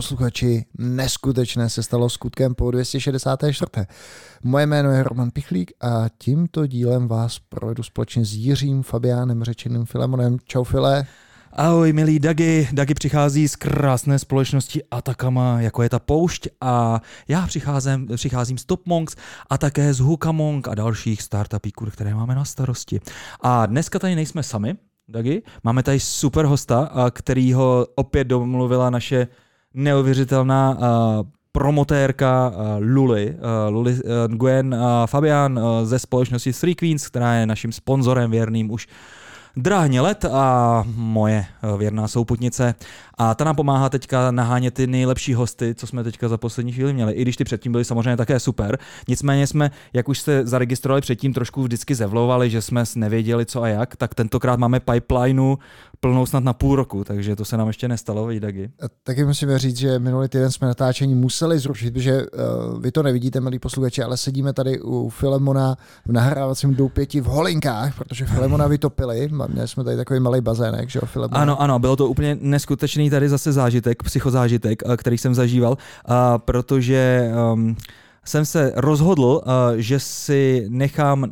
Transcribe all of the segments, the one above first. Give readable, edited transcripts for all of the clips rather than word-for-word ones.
posluchači, neskutečné se stalo skutkem po 264. Moje jméno je Roman Pichlík a tímto dílem vás provedu společně s Jiřím Fabiánem, řečeným Filemonem. Čau File. Ahoj milí Dagi, Dagi přichází z krásné společnosti Atacama, jako je ta poušť, a já přicházím z Top Monks a také z Hukamong a dalších startupíků, které máme na starosti. A dneska tady nejsme sami, Dagi, máme tady super hosta, kterýho opět domluvila naše neuvěřitelná promotérka Luli Nguyen Fabian ze společnosti Three Queens, která je naším sponzorem věrným už drahně let a moje věrná souputnice. A ta nám pomáhá teďka nahánět ty nejlepší hosty, co jsme teďka za poslední chvíli měli, i když ty předtím byly samozřejmě také super. Nicméně jsme, jak už jste zaregistrovali předtím, trošku vždycky zevlovali, že jsme nevěděli co a jak, tak tentokrát máme pipelineu plnou snad na půl roku, takže to se nám ještě nestalo, Dagi. Taky musíme říct, že minulý týden jsme natáčení museli zrušit, protože vy to nevidíte, milí posluchači, ale sedíme tady u Filemona v nahrávacím doupěti v Holinkách, protože Filemona vytopili. Měli jsme tady takový malý bazének, že jo, Filemona. Ano, bylo to úplně neskutečný tady zase zážitek, psychozážitek, který jsem zažíval, protože jsem se rozhodl, že si nechám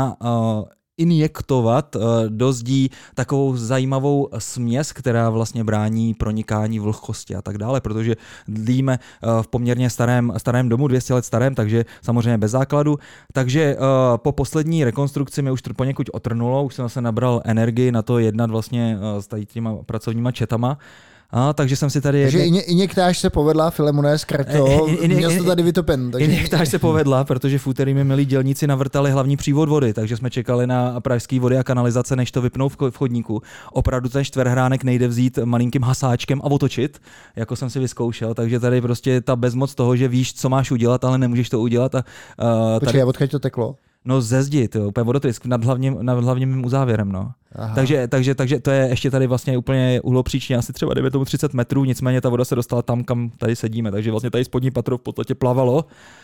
injektovat do zdí takovou zajímavou směs, která vlastně brání pronikání vlhkosti a tak dále, protože dlíme v poměrně starém domu, 200 let starém, takže samozřejmě bez základu. Takže po poslední rekonstrukci mi už to poněkud otrnulo, už jsem zase nabral energii na to jednat vlastně s tady těma pracovníma četama. Takže jsem si tady... Takže injektáž se povedla, Filemone, zkrátko, měl jsi to tady vytopen. Takže... Injektáž se povedla, protože v úterý mi milí dělníci navrtali hlavní přívod vody, takže jsme čekali na pražský vody a kanalizace, než to vypnou v chodníku. Opravdu ten čtverhránek nejde vzít malinkým hasáčkem a otočit, jako jsem si vyzkoušel, takže tady prostě ta bezmoc toho, že víš, co máš udělat, ale nemůžeš to udělat. Počkej, odkud to teklo? No ze zdi, úplně vodotrysk nad hlavním uzávěrem, no. Takže to je ještě tady vlastně úplně uhlopříčně asi třeba 30 metrů, nicméně ta voda se dostala tam, kam tady sedíme, takže vlastně tady spodní patro v podstatě plavalo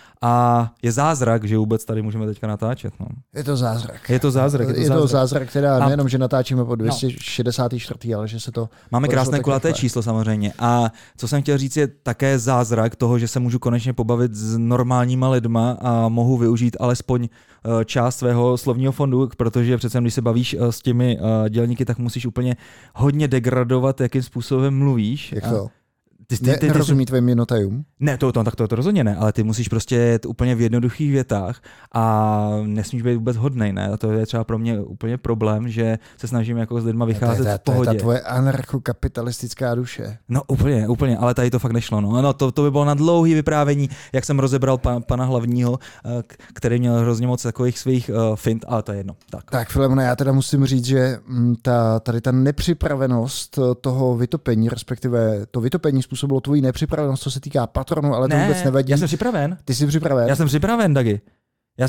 a je zázrak, že vůbec tady můžeme teďka natáčet. No. Je to zázrak. Je to zázrak, teda nejenom, že natáčíme po 264. ale že se to... Máme krásné kulaté číslo samozřejmě. A co jsem chtěl říct, je také zázrak toho, že se můžu konečně pobavit s normálníma lidma a mohu využít alespoň část svého slovního fondu, protože přece když se bavíš s těmi dělníky, tak musíš úplně hodně degradovat, jakým způsobem mluvíš. Jak to? Ty nerozumí tvým jednotajům? Ne, to rozhodně ne, ale ty musíš prostě jet úplně v jednoduchých větách a nesmíš být vůbec hodnej, ne? A to je třeba pro mě úplně problém, že se snažím jako s lidma vycházet v pohodě. To je ta tvoje anarchokapitalistická duše. No úplně, ale tady to fakt nešlo. No to by bylo na dlouhý vyprávění, jak jsem rozebral pana hlavního, který měl hrozně moc takových svých fint, ale to je jedno. Tak Filemone, já teda musím říct, že tady ta nepřipravenost toho vytopení, respektive to vytopení způsobilo tvoji nepřipravenost, co se týká patronu, ale to vůbec nevadí. Já jsem připraven. Ty jsi připraven? Já jsem připraven, Dagi. Já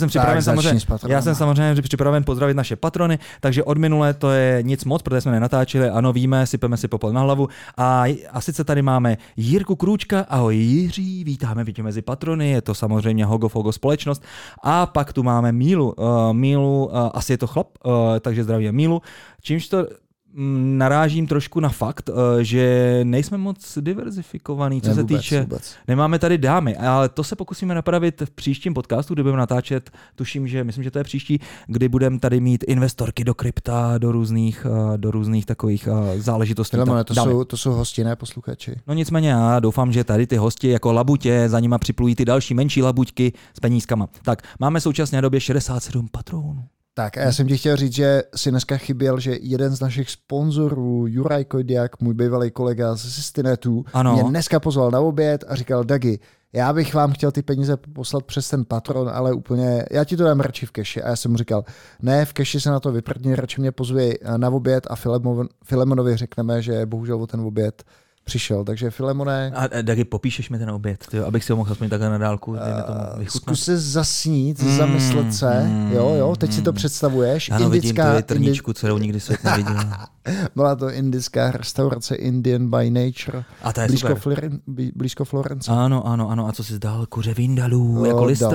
jsem samozřejmě připraven pozdravit naše patrony, takže od minulé to je nic moc, protože jsme nenatáčeli, ano víme, sypeme si popel na hlavu a sice tady máme Jirku Krůčka, ahoj Jiří, vítáme mezi patrony, je to samozřejmě Hogo Fogo společnost a pak tu máme Mílu, asi je to chlap, takže zdravím Mílu, čímž to narážím trošku na fakt, že nejsme moc diverzifikovaný, co se týče. Nemáme tady dámy, ale to se pokusíme napravit v příštím podcastu, kdy budeme natáčet, myslím, že to je příští, kdy budeme tady mít investorky do krypta, do různých takových záležitostí. To jsou hosti, ne posluchači. No nicméně já doufám, že tady ty hosti jako labutě, za nima připlují ty další menší labuťky s penízkama. Tak, máme v současné době 67 patronů. Tak a já jsem ti chtěl říct, že si dneska chyběl, že jeden z našich sponzorů, Juraj Kojdiak, můj bývalý kolega z Systinetu, mě dneska pozval na oběd a říkal, Dagi, já bych vám chtěl ty peníze poslat přes ten patron, ale úplně, já ti to dám radši v keši. A já jsem mu říkal, ne, v keši se na to vyprdni, radši mě pozvěj na oběd a Filemonovi řekneme, že bohužel o ten oběd přišel, takže Filemone... A Dagi, popíšeš mi ten oběd, tyjo, abych si ho mohl aspoň takhle na dálku zkus se zasnít, zamyslet se, jo, teď si to představuješ. Ano, vidím to je trníčku, kterou nikdy svět neviděl. Byla to indická restaurace Indian by Nature, a to je blízko Florence. Ano, a co jsi dal? Kuře vindalů, jako listr?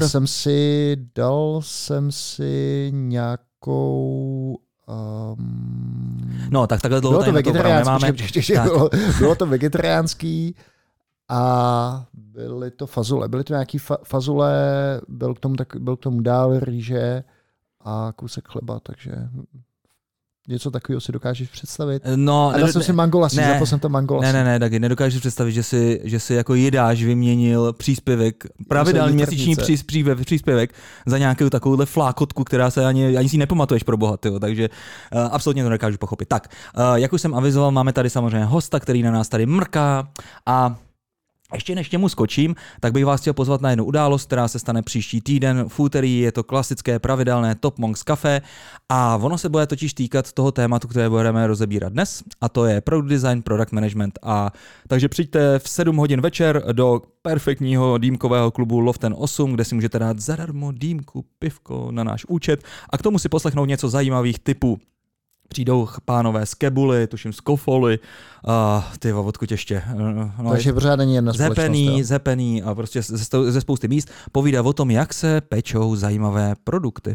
Dal jsem si nějakou... No, tak takhle dlouho bylo to vegetariánský, bylo to vegetariánský a byly to fazole. Byly to nějaký fazole, byl k tomu dál rýže a kousek chleba, takže něco takového si dokážeš představit? No, a dal jsem si mangolasí, zapal jsem to mangolasí. Ne, taky nedokážeš představit, že si jako jidáš vyměnil příspěvek, pravidelný měsíční příspěvek za nějakou takovouhle flákotku, která se ani si nepamatuješ pro boha, tyjo, takže absolutně to nedokážu pochopit. Tak, jak už jsem avizoval, máme tady samozřejmě hosta, který na nás tady mrká a ještě než němu skočím, tak bych vás chtěl pozvat na jednu událost, která se stane příští týden v úterý. Je to klasické pravidelné Top Monks Café a ono se bude totiž týkat toho tématu, které budeme rozebírat dnes, a to je Product Design, Product Management. A takže přijďte v 7 hodin večer do perfektního dýmkového klubu Loften 8, kde si můžete dát zadarmo dýmku, pivko na náš účet a k tomu si poslechnout něco zajímavých typů. Přijdou pánové z Kebuly, tuším z Kofoly, tyvo, odkud ještě. No, takže pořád není jedna společnost. Zepený a prostě ze spousty míst povídá o tom, jak se pečou zajímavé produkty.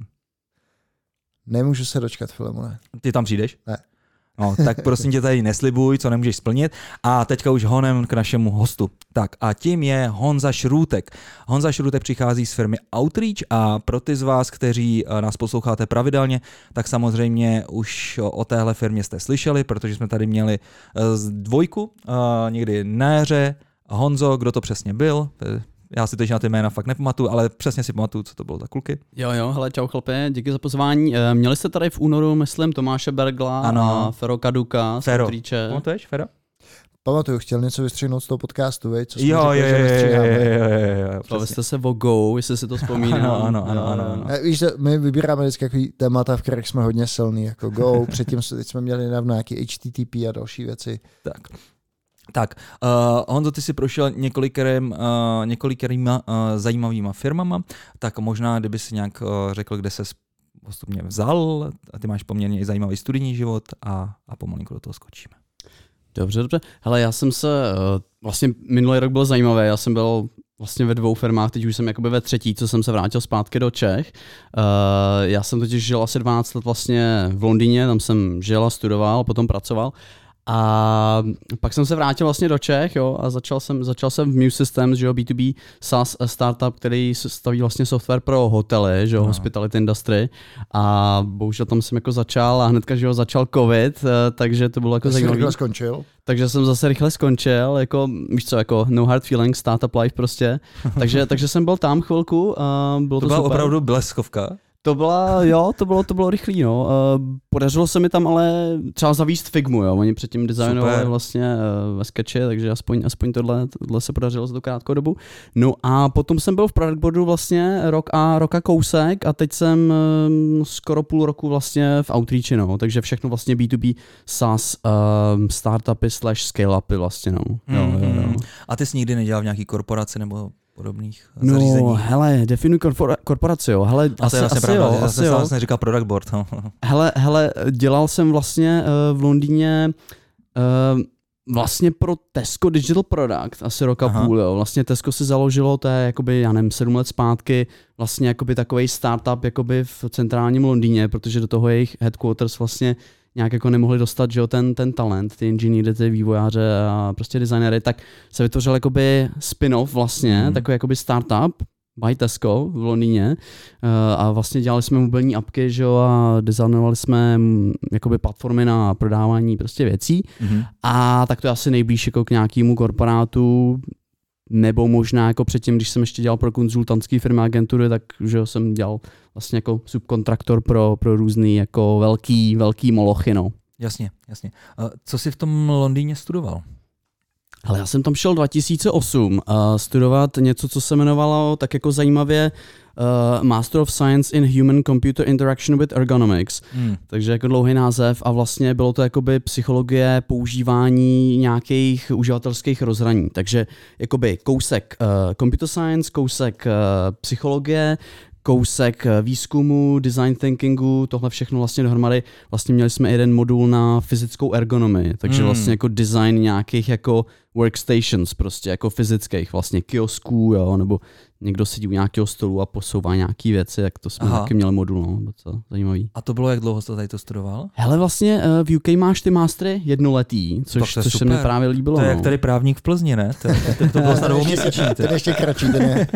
Nemůžu se dočkat, Filemone. Ty tam přijdeš? Ne. No, tak prosím tě tady neslibuj, co nemůžeš splnit. A teďka už honem k našemu hostu. Tak a tím je Honza Šrůtek. Honza Šrůtek přichází z firmy Outreach a pro ty z vás, kteří nás posloucháte pravidelně, tak samozřejmě už o téhle firmě jste slyšeli, protože jsme tady měli dvojku, někdy na jaře. Honzo, kdo to přesně byl? Já si teď na ty jména fakt nepamatuju, ale přesně si pamatuju, co to bylo za kluky. Jo, hele, čau chlapi, díky za pozvání. Měli jste tady v únoru, myslím, Tomáše Bergla a Fero Kaduka z Outreache. Pamatuješ, Fero? Pamatuju, chtěl něco vystřihnout z toho podcastu, vej? Co jo. Bavili jste se o Go, jestli si to vzpomínám. Ano. Víš, my vybíráme vždycky takový témata, v kterých jsme hodně silní, jako Go, předtím teď jsme měli nedávno nějaký HTTP a další věci. Tak, Honzo, ty si prošel několikýma zajímavýma firmama, tak možná, kdyby si nějak řekl, kde ses postupně vzal, a ty máš poměrně zajímavý studijní život a pomalinku do toho skočíme. Dobře. Hele, já jsem se, vlastně minulý rok byl zajímavý, já jsem byl vlastně ve 2 firmách, teď už jsem jakoby ve 3., co jsem se vrátil zpátky do Čech. Já jsem totiž žil asi 12 let vlastně v Londýně, tam jsem žil a studoval, potom pracoval. A pak jsem se vrátil vlastně do Čech, jo, a začal jsem v Muse Systems, že jo, B2B SaaS startup, který staví vlastně software pro hotely, že jo, hospitality industry. A bohužel tam jsem jako začal a hnedka, že jo, začal covid, takže to bylo jako zajímavý. Rychle skončil? Takže jsem zase rychle skončil, jako, víš co, jako no hard feelings, startup life prostě. takže jsem byl tam chvilku a bylo to byla super. Opravdu bleskovka? To bylo rychlý, no. Podařilo se mi tam ale třeba zavíst Figmu, jo. Oni předtím designovali vlastně ve Sketchi, takže aspoň tohle se podařilo za tu krátkou dobu. No a potom jsem byl v product boardu vlastně rok a kousek a teď jsem skoro půl roku vlastně v Outreachi, no. Takže všechno vlastně B2B SaaS startupy / scale-upy vlastně, no. Jo. A ty jsi nikdy nedělal v nějaký korporaci nebo podobných zařízení? No, hele, definuj korporaci, jo. Hele, a to je vlastně pravda, já jsem vlastně říkal product board. Hele, dělal jsem vlastně v Londýně vlastně pro Tesco Digital Product asi rok a půl, jo. Vlastně Tesco si založilo, to je jakoby, já nevím, 7 let zpátky, vlastně jakoby takovej startup jakoby v centrálním Londýně, protože do toho jejich headquarters vlastně nějak jako nemohli dostat, že jo, ten talent, ty inženýry, ty vývojáře a prostě designery, tak se vytvořil jakoby spin-off vlastně, takový jakoby startup by Tesco v Londýně a vlastně dělali jsme mobilní apky, že jo, a designovali jsme jakoby platformy na prodávání prostě věcí a tak to je asi nejblíž jako k nějakému korporátu, nebo možná jako předtím, když jsem ještě dělal pro konzultantské firmy agentury, tak že jo, jsem dělal vlastně jako subkontraktor pro různý jako velký molochy, no. Jasně. Co jsi v tom Londýně studoval? Ale já jsem tam šel 2008 studovat něco, co se jmenovalo tak jako zajímavě Master of Science in Human Computer Interaction with Ergonomics. Takže jako dlouhý název a vlastně bylo to jakoby psychologie používání nějakých uživatelských rozhraní. Takže jakoby kousek computer science, kousek psychologie, kousek výzkumu, design thinkingu, tohle všechno vlastně dohromady. Vlastně měli jsme jeden modul na fyzickou ergonomii, takže vlastně jako design nějakých jako workstations prostě, jako fyzických vlastně kiosků, jo, nebo někdo sedí u nějakého stolu a posouvá nějaký věci, jak to jsme taky měli modul, no, docela zajímavý. A to bylo, jak dlouho jste tady to studoval? Hele, vlastně v UK máš ty mastery jednoletý, což se mi právě líbilo. To je jak tady právník v Plzni, ne? To bylo snad dvouměsíční. To je ještě kratší, ten je.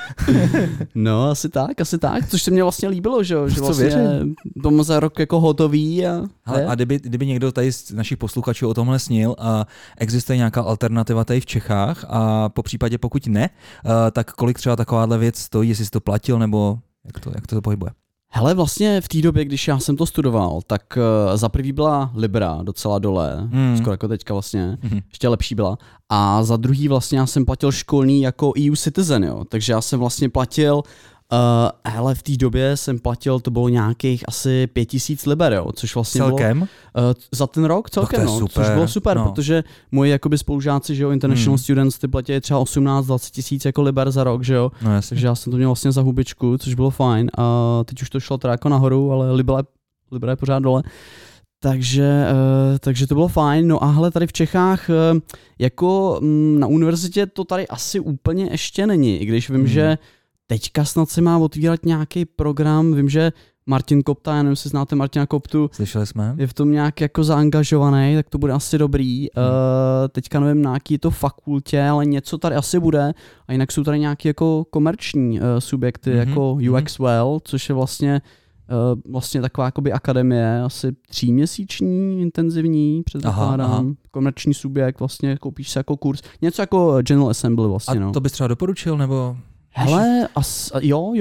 No, asi tak, což se mě vlastně líbilo, že vlastně to za rok jako hotový. A kdyby někdo tady z našich posluchačů o tomhle snil a existuje nějaká alternativa tady v Čechách a po případě pokud ne, tak kolik třeba takováhle věc stojí, jestli jsi to platil nebo jak to pohybuje? Hele, vlastně v té době, když já jsem to studoval, tak za prvý byla Libra docela dole, skoro jako teďka vlastně, ještě lepší byla. A za druhý vlastně já jsem platil školní jako EU citizen, jo. Takže já jsem vlastně platil, hele, v té době jsem platil, to bylo nějakých asi 5000 liber, jo, což vlastně celkem? Bylo za ten rok celkem, no, což bylo super, protože moji jakoby spolužáci, že jo, international students, ty platili třeba 18-20 tisíc jako liber za rok, že jo, takže já jsem to měl vlastně za hubičku, což bylo fajn a teď už to šlo teda jako nahoru, ale Libra je pořád dole. Takže to bylo fajn. No a hele, tady v Čechách jako na univerzitě to tady asi úplně ještě není, i když vím, že teďka snad se má otvírat nějaký program, vím, že Martin Kopta, já nevím, jestli znáte Martina Koptu. Slyšeli jsme. Je v tom nějak jako zaangažovaný, tak to bude asi dobrý. Teďka nevím, na jaký to fakultě, ale něco tady asi bude. A jinak jsou tady nějaké jako komerční subjekty, jako UXWell, což je vlastně taková jakoby akademie, asi 3měsíční, intenzivní, předpokládám. Komerční subjekt, vlastně koupíš se jako kurz. Něco jako General Assembly vlastně. A to bys třeba doporučil, nebo... Hele, jo,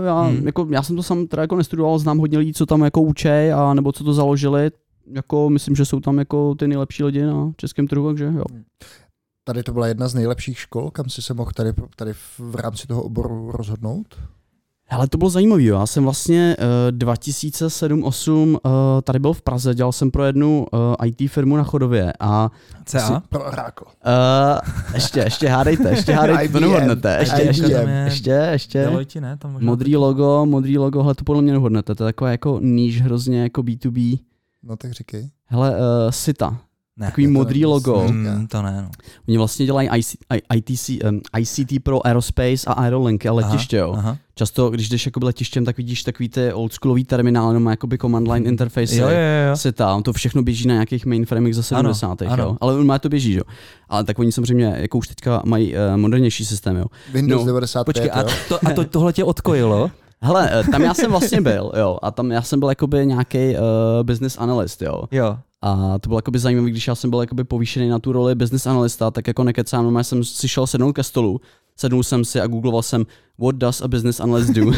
já jsem to sám teda jako nestudoval, znám hodně lidí, co tam jako učej, a nebo co to založili, jako myslím, že jsou tam jako ty nejlepší lidi na českém trhu, takže jo. Tady to byla jedna z nejlepších škol, kam jsi se mohl tady v rámci toho oboru rozhodnout? Hele, to bylo zajímavý, jo. Já jsem vlastně 2007-2008 tady byl v Praze, dělal jsem pro jednu IT firmu na Chodově a... CA? Pro Oracle. Ještě hádejte, to nehodnete. Ještě. Deloitte, ne? Tam modrý logo, hele, to podle mě nehodnete, to je takové jako níž hrozně jako B2B. No tak říkej. Hele, Sita. Ne, takový modrý logo. To ne, no. Oni vlastně dělají ICT pro aerospace a aerolinky a letiště, jo. Aha. Často, když jdeš jakoby letištěm, tak vidíš takový ty oldschoolový terminály, no má jakoby command line interface. Jo. SITA, to všechno běží na nějakých mainframech za 70. Ano. Jo. Ale má to běží, jo. Ale tak oni samozřejmě jako už teďka mají modernější systém, jo. Windows 95, počkej, a tohle tě odkojilo? Hele, tam já jsem vlastně byl, jo, a tam já jsem byl jakoby nějaký business analyst, jo. A to bylo jakoby zajímavé, když já jsem byl jakoby povýšený na tu roli business analysta, tak jako nekecám, no, jsem si šel sednout ke stolu, sednul jsem si a googloval jsem what does a business analyst do.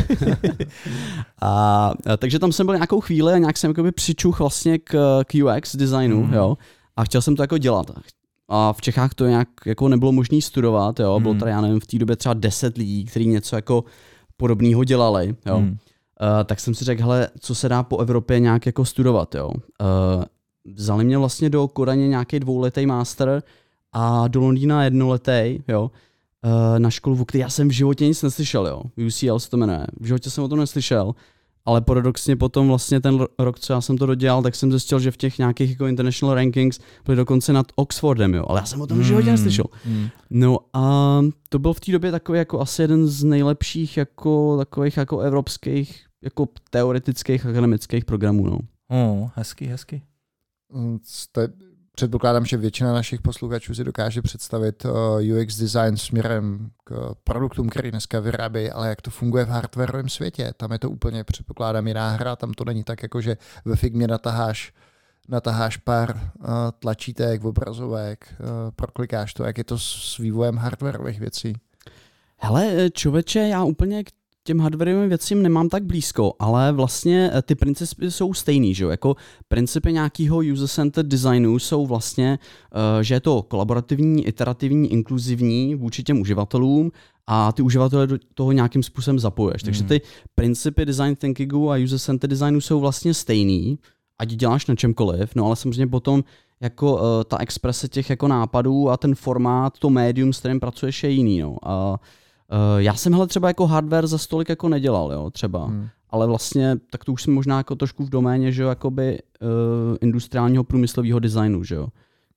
Takže tam jsem byl nějakou chvíli a nějak jsem jakoby přičuch vlastně k UX designu, jo, a chtěl jsem to jako dělat. A v Čechách to nějak jako nebylo možné studovat, jo, bylo tady, já nevím, v té době třeba 10 lidí, kteří něco jako podobného dělali, jo. Tak jsem si řekl, hele, co se dá po Evropě nějak jako studovat, jo. Vzali mě vlastně do Kodaně nějaký 2letý master a do Londýna 1letý, jo, na školu, o které já jsem v životě nic neslyšel, jo. UCL se to jmenuje. V životě jsem o tom neslyšel, ale paradoxně potom vlastně ten rok, co já jsem to dodělal, tak jsem zjistil, že v těch nějakých jako international rankings byly dokonce nad Oxfordem, jo, ale já jsem o tom v životě neslyšel. No a to byl v té době takový jako asi jeden z nejlepších jako takových jako evropských jako teoretických akademických programů, no. Hezky. Předpokládám, že většina našich posluchačů si dokáže představit UX design směrem k produktům, který dneska vyrábějí, ale jak to funguje v hardwarovém světě. Tam je to úplně, předpokládám, jiná hra, tam to není tak, jako že ve Figmě natáháš pár tlačítek, obrazovek, proklikáš to, jak je to s vývojem hardwarových věcí. Hele, člověče, já úplně k těm hardwareovým věcím nemám tak blízko, ale vlastně ty principy jsou stejný, že jo? Jako principy nějakého user-centered designu jsou vlastně, že je to kolaborativní, iterativní, inkluzivní vůči těm uživatelům a ty uživatele do toho nějakým způsobem zapojuješ. Takže ty principy design thinkingu a user-centered designu jsou vlastně stejný, ať děláš na čemkoliv, no ale samozřejmě potom jako ta exprese těch jako nápadů a ten formát, to médium, s kterým pracuješ, je jiný, no. Já jsem hele třeba jako hardware za stolik jako nedělal, jo, třeba. Ale vlastně, tak to už jsem možná jako trošku v doméně, že jo, jakoby industriálního průmyslového designu, že jo.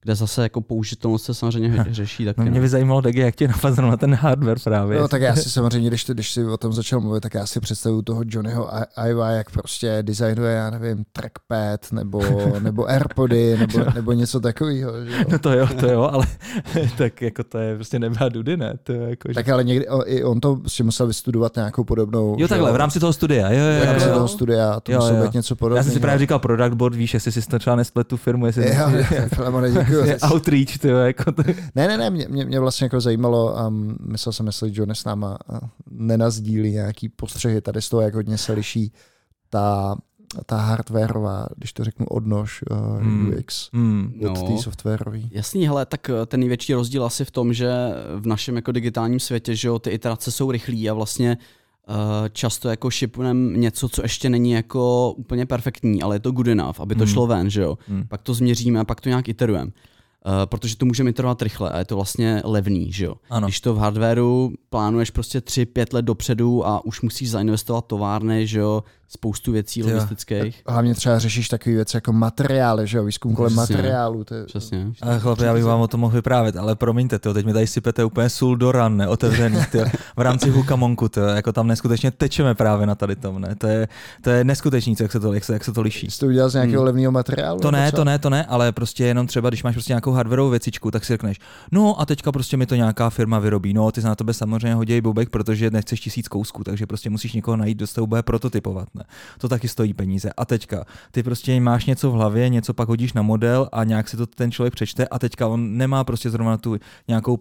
kde zase jako použitelnost se samozřejmě řeší taky. Mě by zajímalo, Dagi, jak tě napadl na ten hardware právě. No tak já si samozřejmě, když si o tom začal mluvit, tak já si představuju toho Johnnyho Iva, jak prostě designuje, já nevím, trackpad nebo AirPody nebo něco takového. No to jo, ale tak jako to je prostě nebá dudy, ne? To je jako, tak ale někdy i on to si musel vystudovat nějakou podobnou. Jo, takhle, v rámci toho studia. Jo. V rámci toho studia, to muselo být něco podobného. Já jsem si právě říkal product board, víš, jestli si to třeba nesplet tu firmu, jestli outreach, ty jako to. Ne, mě vlastně jako zajímalo a myslel jsem, jestli Johnny s náma nenazdílí nějaký postřehy, tady z toho, jak hodně se liší ta hardwareová, když to řeknu odnož UX od té softwarový. Jasný, hele, tak ten největší rozdíl asi v tom, že v našem jako digitálním světě, že jo, ty iterace jsou rychlý a vlastně často jako shipujeme něco, co ještě není jako úplně perfektní, ale je to good enough, aby to šlo ven, že jo. Pak to změříme a pak to nějak iterujeme. Protože to můžeme iterovat rychle a je to vlastně levný, že jo. Ano. Když to v hardwareu plánuješ prostě 3-5 let dopředu a už musíš zainvestovat továrny, že jo, spoustu věcí logistických. Hlavně třeba řešíš takové věci jako materiály, že jo, výzkum kolem materiálu. Přesně. Ale chlapi, já bych vám o tom mohl vyprávět, ale promiňte, teď mi tady sypete úplně sůl do ran, neotevřený, v rámci Hukamonku, jako tam neskutečně tečeme právě na tady tom, ne? To je neskutečný, jak se to liší. Jsi to udělal z nějakého levného materiálu? To ne, ale prostě jenom třeba, když máš prostě nějakou hardwareovou věcičku, tak si řekneš, no a teďka prostě mi to nějaká firma vyrobí, no ty se na tebe samozřejmě hodí bobek, protože nechceš 1000 kousků, takže prostě musíš někoho najít, kdo to bude prototypovat. Ne? To taky stojí peníze. A teďka ty prostě máš něco v hlavě, něco pak hodíš na model a nějak si to ten člověk přečte a teďka on nemá prostě zrovna tu nějakou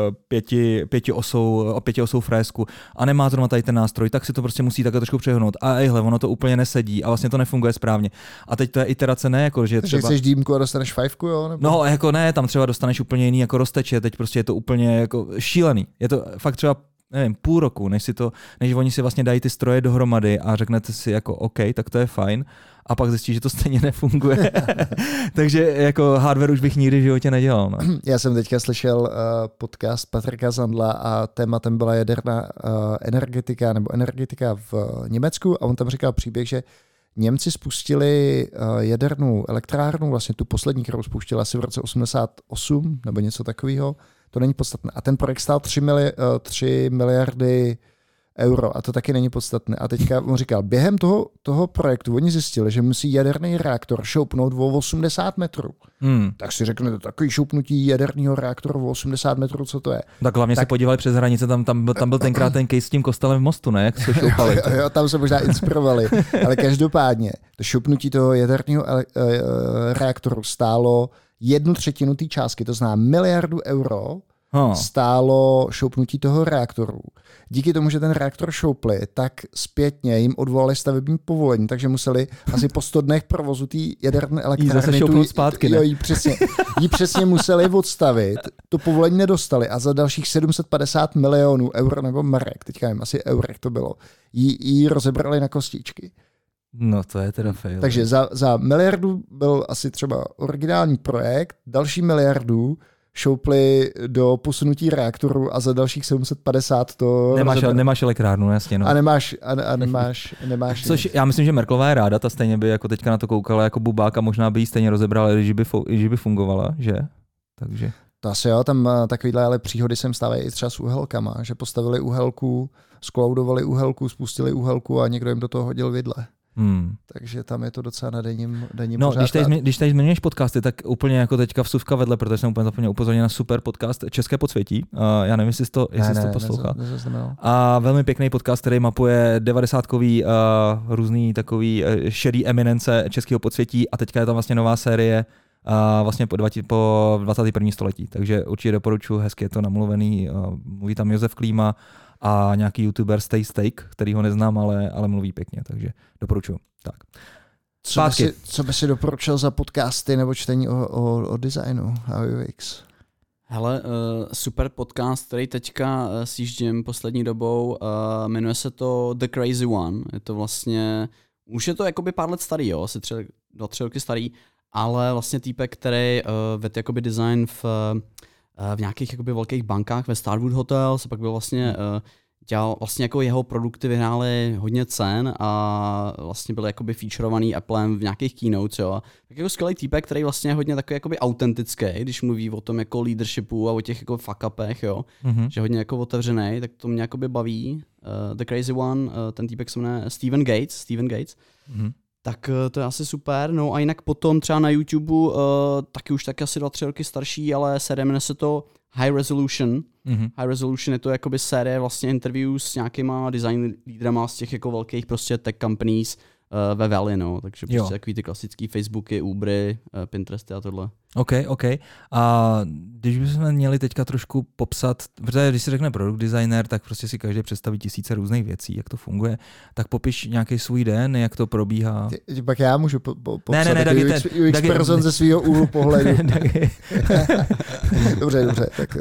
pětiosou frésku a nemá zrovna tady ten nástroj, tak si to prostě musí takhle trošku přehnout. A ejhle, ono to úplně nesedí a vlastně to nefunguje správně. A teď to je iterace, ne jako, že třeba... chceš dýmku a dostaneš fajfku, jo? Nebo... No, jako ne, tam třeba dostaneš úplně jiný jako rozteče, teď prostě je to úplně jako šílený. Je to fakt třeba nevím, půl roku, než oni si vlastně dají ty stroje dohromady a řeknete si jako OK, tak to je fajn a pak zjistí, že to stejně nefunguje. Takže jako hardware už bych nikdy v životě nedělal. No. Já jsem teďka slyšel podcast Patrika Zandla a tématem byla jaderná energetika v Německu a on tam říkal příběh, že Němci spustili jadernou elektrárnu, vlastně tu poslední, kterou spustili asi v roce 88 nebo něco takového. To není podstatné. A ten projekt stál 3 miliardy euro a to taky není podstatné. A teďka on říkal, během toho projektu oni zjistili, že musí jaderný reaktor šoupnout o 80 metrů. Tak si řeknete, takový šoupnutí jaderného reaktoru o 80 metrů, co to je? Tak hlavně se podívali přes hranice, tam byl tenkrát ten case s tím kostelem v Mostu, ne? Jak se šoupali. Jo, tam se možná inspirovali. Ale každopádně, to šoupnutí toho jaderného reaktoru stálo 1/3 té částky, to znamená miliardu euro, stálo šoupnutí toho reaktoru. Díky tomu, že ten reaktor šoupli, tak zpětně jim odvolali stavební povolení, takže museli asi po 100 dnech provozu té jaderné elektrárny zase šoupnout zpátky, ne? Jo, jí přesně museli odstavit, to povolení nedostali a za dalších 750 milionů euro nebo marek, teďka jim asi eurek to bylo, jí rozebrali na kostičky. No to je teda fail. Takže za miliardu byl asi třeba originální projekt, další miliardu šoupli do posunutí reaktoru a za dalších 750 to... Nemáš elektrárnu, jasně. No. A nemáš... Což já myslím, že Merkelová je ráda, ta stejně by jako teďka na to koukala jako bubák a možná by jí stejně rozebrala, když by fungovala, že? Takže... To asi jo, tam takovýhle ale příhody sem stávají i třeba s uhelkama, že postavili uhelku, skloudovali uhelku, spustili uhelku a někdo jim do toho hodil vidle. Takže tam je to docela na denním no, když tady zmiňuješ podcasty, tak úplně jako teďka vsuvka vedle, protože jsem úplně zapomněl upozornit na super podcast České podsvětí. Já nevím, jestli jsi to poslouchal. A velmi pěkný podcast, který mapuje 90kový různý takový šedý eminence českého podsvětí a teďka je tam vlastně nová série vlastně po 21. století. Takže určitě doporučuji, hezky je to namluvený. Mluví tam Josef Klíma a nějaký youtuber Stay Steak, který ho neznám, ale mluví pěkně, takže doporučuji. Tak. Co by si doporučil za podcasty nebo čtení o designu a UX? Hele, super podcast, který teďka sjíždím poslední dobou, jmenuje se to The Crazy One. Je to vlastně, už je to jakoby pár let starý, jo, asi 2-3 roky starý, ale vlastně týpek, který vedl jakoby design v nějakých jakoby velkých bankách ve Starwood Hotels, pak byl vlastně dělal, vlastně jako jeho produkty vyhrály hodně cen a vlastně byly jakoby featurovaný Applem v nějakých keynotes, jo. Tak jako skvělý týpek, který vlastně je hodně takový jakoby autentický, když mluví o tom jako leadershipu a o těch jako fuck upech, jo. Že hodně jako otevřený, tak to mě jakoby baví. The Crazy One, ten týpek se jmenuje Steven Gates. Tak to je asi super. No a jinak potom třeba na YouTube, taky už tak asi 2-3 roky starší, ale série jmenuje se to High Resolution. High Resolution je to jakoby série vlastně interview s nějakýma design lídrama z těch jako velkých prostě tech companies ve Valley, no. Takže prostě takový ty klasický Facebooky, Ubery, Pinteresty a tohle. OK. A když bychom měli teďka trošku popsat, protože když se řekne product designer, tak prostě si každý představí tisíce různých věcí, jak to funguje, tak popiš nějaký svůj den, jak to probíhá. Pak já můžu popsat UX person ze svého úhlu pohledu. Dobře, tak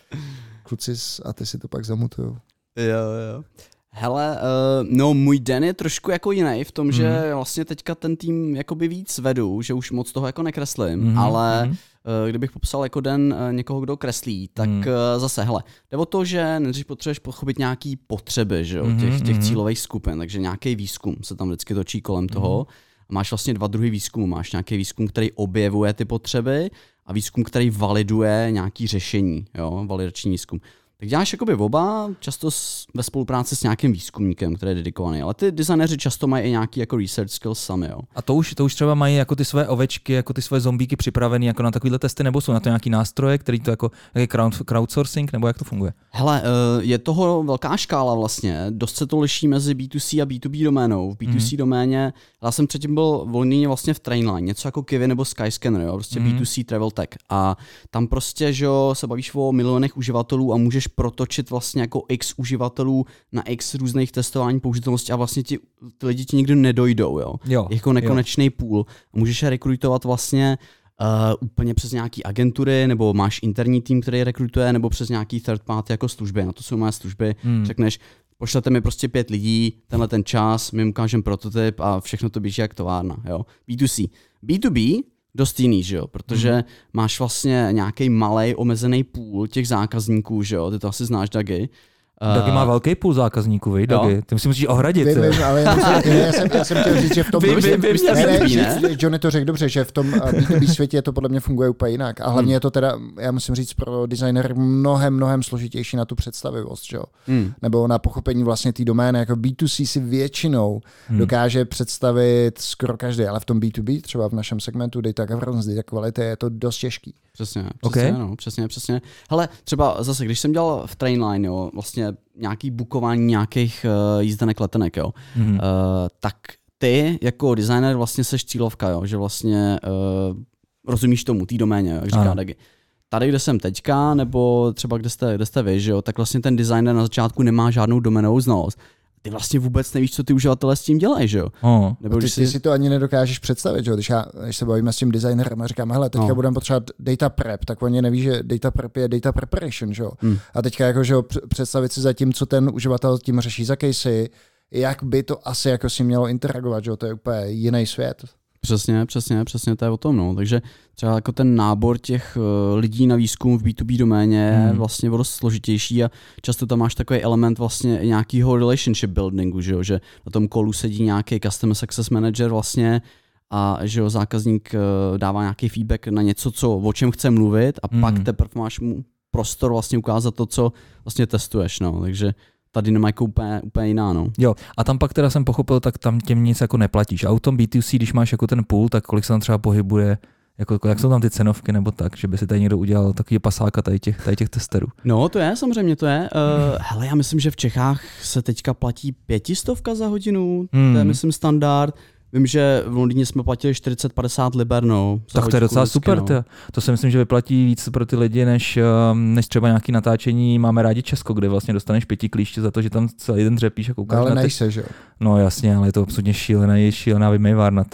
kluci a ty si to pak zamutujou. Jo. Hele, no můj den je trošku jako jiný v tom, že vlastně teďka ten tým jakoby víc vedu, že už moc toho jako nekreslím, ale kdybych popsal jako den někoho, kdo kreslí, tak zase, hele, jde o to, že nejdřív potřebuješ pochopit nějaký potřeby, že jo, těch cílových skupin, takže nějaký výzkum se tam vždycky točí kolem toho. Máš vlastně 2 druhy výzkumu, máš nějaký výzkum, který objevuje ty potřeby a výzkum, který validuje nějaký řešení, jo, validační výzkum. Tak děláš jakoby oba, často ve spolupráci s nějakým výzkumníkem, který je dedikovaný, ale ty designéři často mají i nějaký jako research skills sami, jo. A to už třeba mají jako ty své ovečky, jako ty své zombíky připravený jako na takovýhle testy, nebo jsou na to nějaký nástroje, který to jako crowdsourcing, nebo jak to funguje? Hele, je toho velká škála vlastně, dost se to liší mezi B2C a B2B doménou. V B2C doméně, já jsem předtím byl v Londýně vlastně v Trainline, něco jako Kivy nebo Skyscanner, jo, prostě B2C travel tech. A tam prostě, že jo, se bavíš o milionech uživatelů a můžeš protočit vlastně jako x uživatelů na x různých testování použitelnosti a vlastně ty lidi ti nikdy nedojdou, jo. Jako nekonečný půl. A můžeš je rekrutovat vlastně úplně přes nějaký agentury, nebo máš interní tým, který rekrutuje, nebo přes nějaký third party jako služby. Na to jsou moje služby. Řekneš, pošlete mi prostě 5 lidí, tenhle ten čas, my ukážeme prototyp a všechno to běží jak továrna, jo. B2C. B2B dost jiný, že jo, protože máš vlastně nějaký malej omezený půl těch zákazníků, že jo, ty to asi znáš, Dagi. Dagi má velký půl zákazníků, víš, Dagi. Ty si musíš ohradit. Vím, ale já jsem chtěl říct, že v tom... Johnny to řekl dobře, že v tom B2B světě to podle mě funguje úplně jinak. A hlavně je to teda, já musím říct, pro designer mnohem složitější na tu představivost, že jo. Nebo na pochopení vlastně té domény. Jako B2C si většinou dokáže představit skoro každý, ale v tom B2B, třeba v našem segmentu data governance, data quality, je to dost těžký. Přesně, no, přesně. Hele, třeba zase, když jsem dělal v Trainline, jo, vlastně nějaký bukování nějakých jízdenek, letenek, jo, tak ty jako designer vlastně seš cílovka, jo, že vlastně rozumíš tomu, té doméně, jak říká Dagi. Tady, kde jsem teďka, nebo třeba kde jste vy, že jo, tak vlastně ten designer na začátku nemá žádnou doménovou znalost. Ty vlastně vůbec nevíš, co ty uživatelé s tím dělají, že jo? Nebo ty si to ani nedokážeš představit, že jo? Když se bavíme s tím designerem a říkáme, hele, teďka budeme potřebovat data prep, tak oni neví, že data prep je data preparation, že jo? A teďka jako, že jo, představit si zatím, co ten uživatel tím řeší za casey, jak by to asi jako si mělo interagovat, že jo? To je úplně jiný svět. Přesně, to je o tom, no. Takže třeba jako ten nábor těch lidí na výzkum v B2B doméně je vlastně dost složitější a často tam máš takový element vlastně nějakého relationship buildingu, že jo, že na tom callu sedí nějaký customer success manager vlastně a že jo, zákazník dává nějaký feedback na něco, o čem chce mluvit a pak teprve máš mu prostor vlastně ukázat to, co vlastně testuješ, no, takže ta dynamika úplně jiná, no. Jo, a tam pak teda jsem pochopil, tak tam těm nic jako neplatíš. A u tom B2C, když máš jako ten půl, tak kolik se tam třeba pohybuje, jako jak jsou tam ty cenovky nebo tak, že by si tady někdo udělal takový pasáka tady těch testerů. No, to je, samozřejmě to je. Hele, já myslím, že v Čechách se teďka platí 500 za hodinu, to je myslím standard. Vím, že v Londýně jsme platili 40-50 liber, no. Tak to je docela super, no. To si myslím, že vyplatí víc pro ty lidi, než třeba nějaký natáčení Máme rádi Česko, kde vlastně dostaneš 5 klíště za to, že tam celý den dřepíš a koukáš ale na ty. nejse, že jo? No jasně, ale je to absolutně šílená vymejvárna.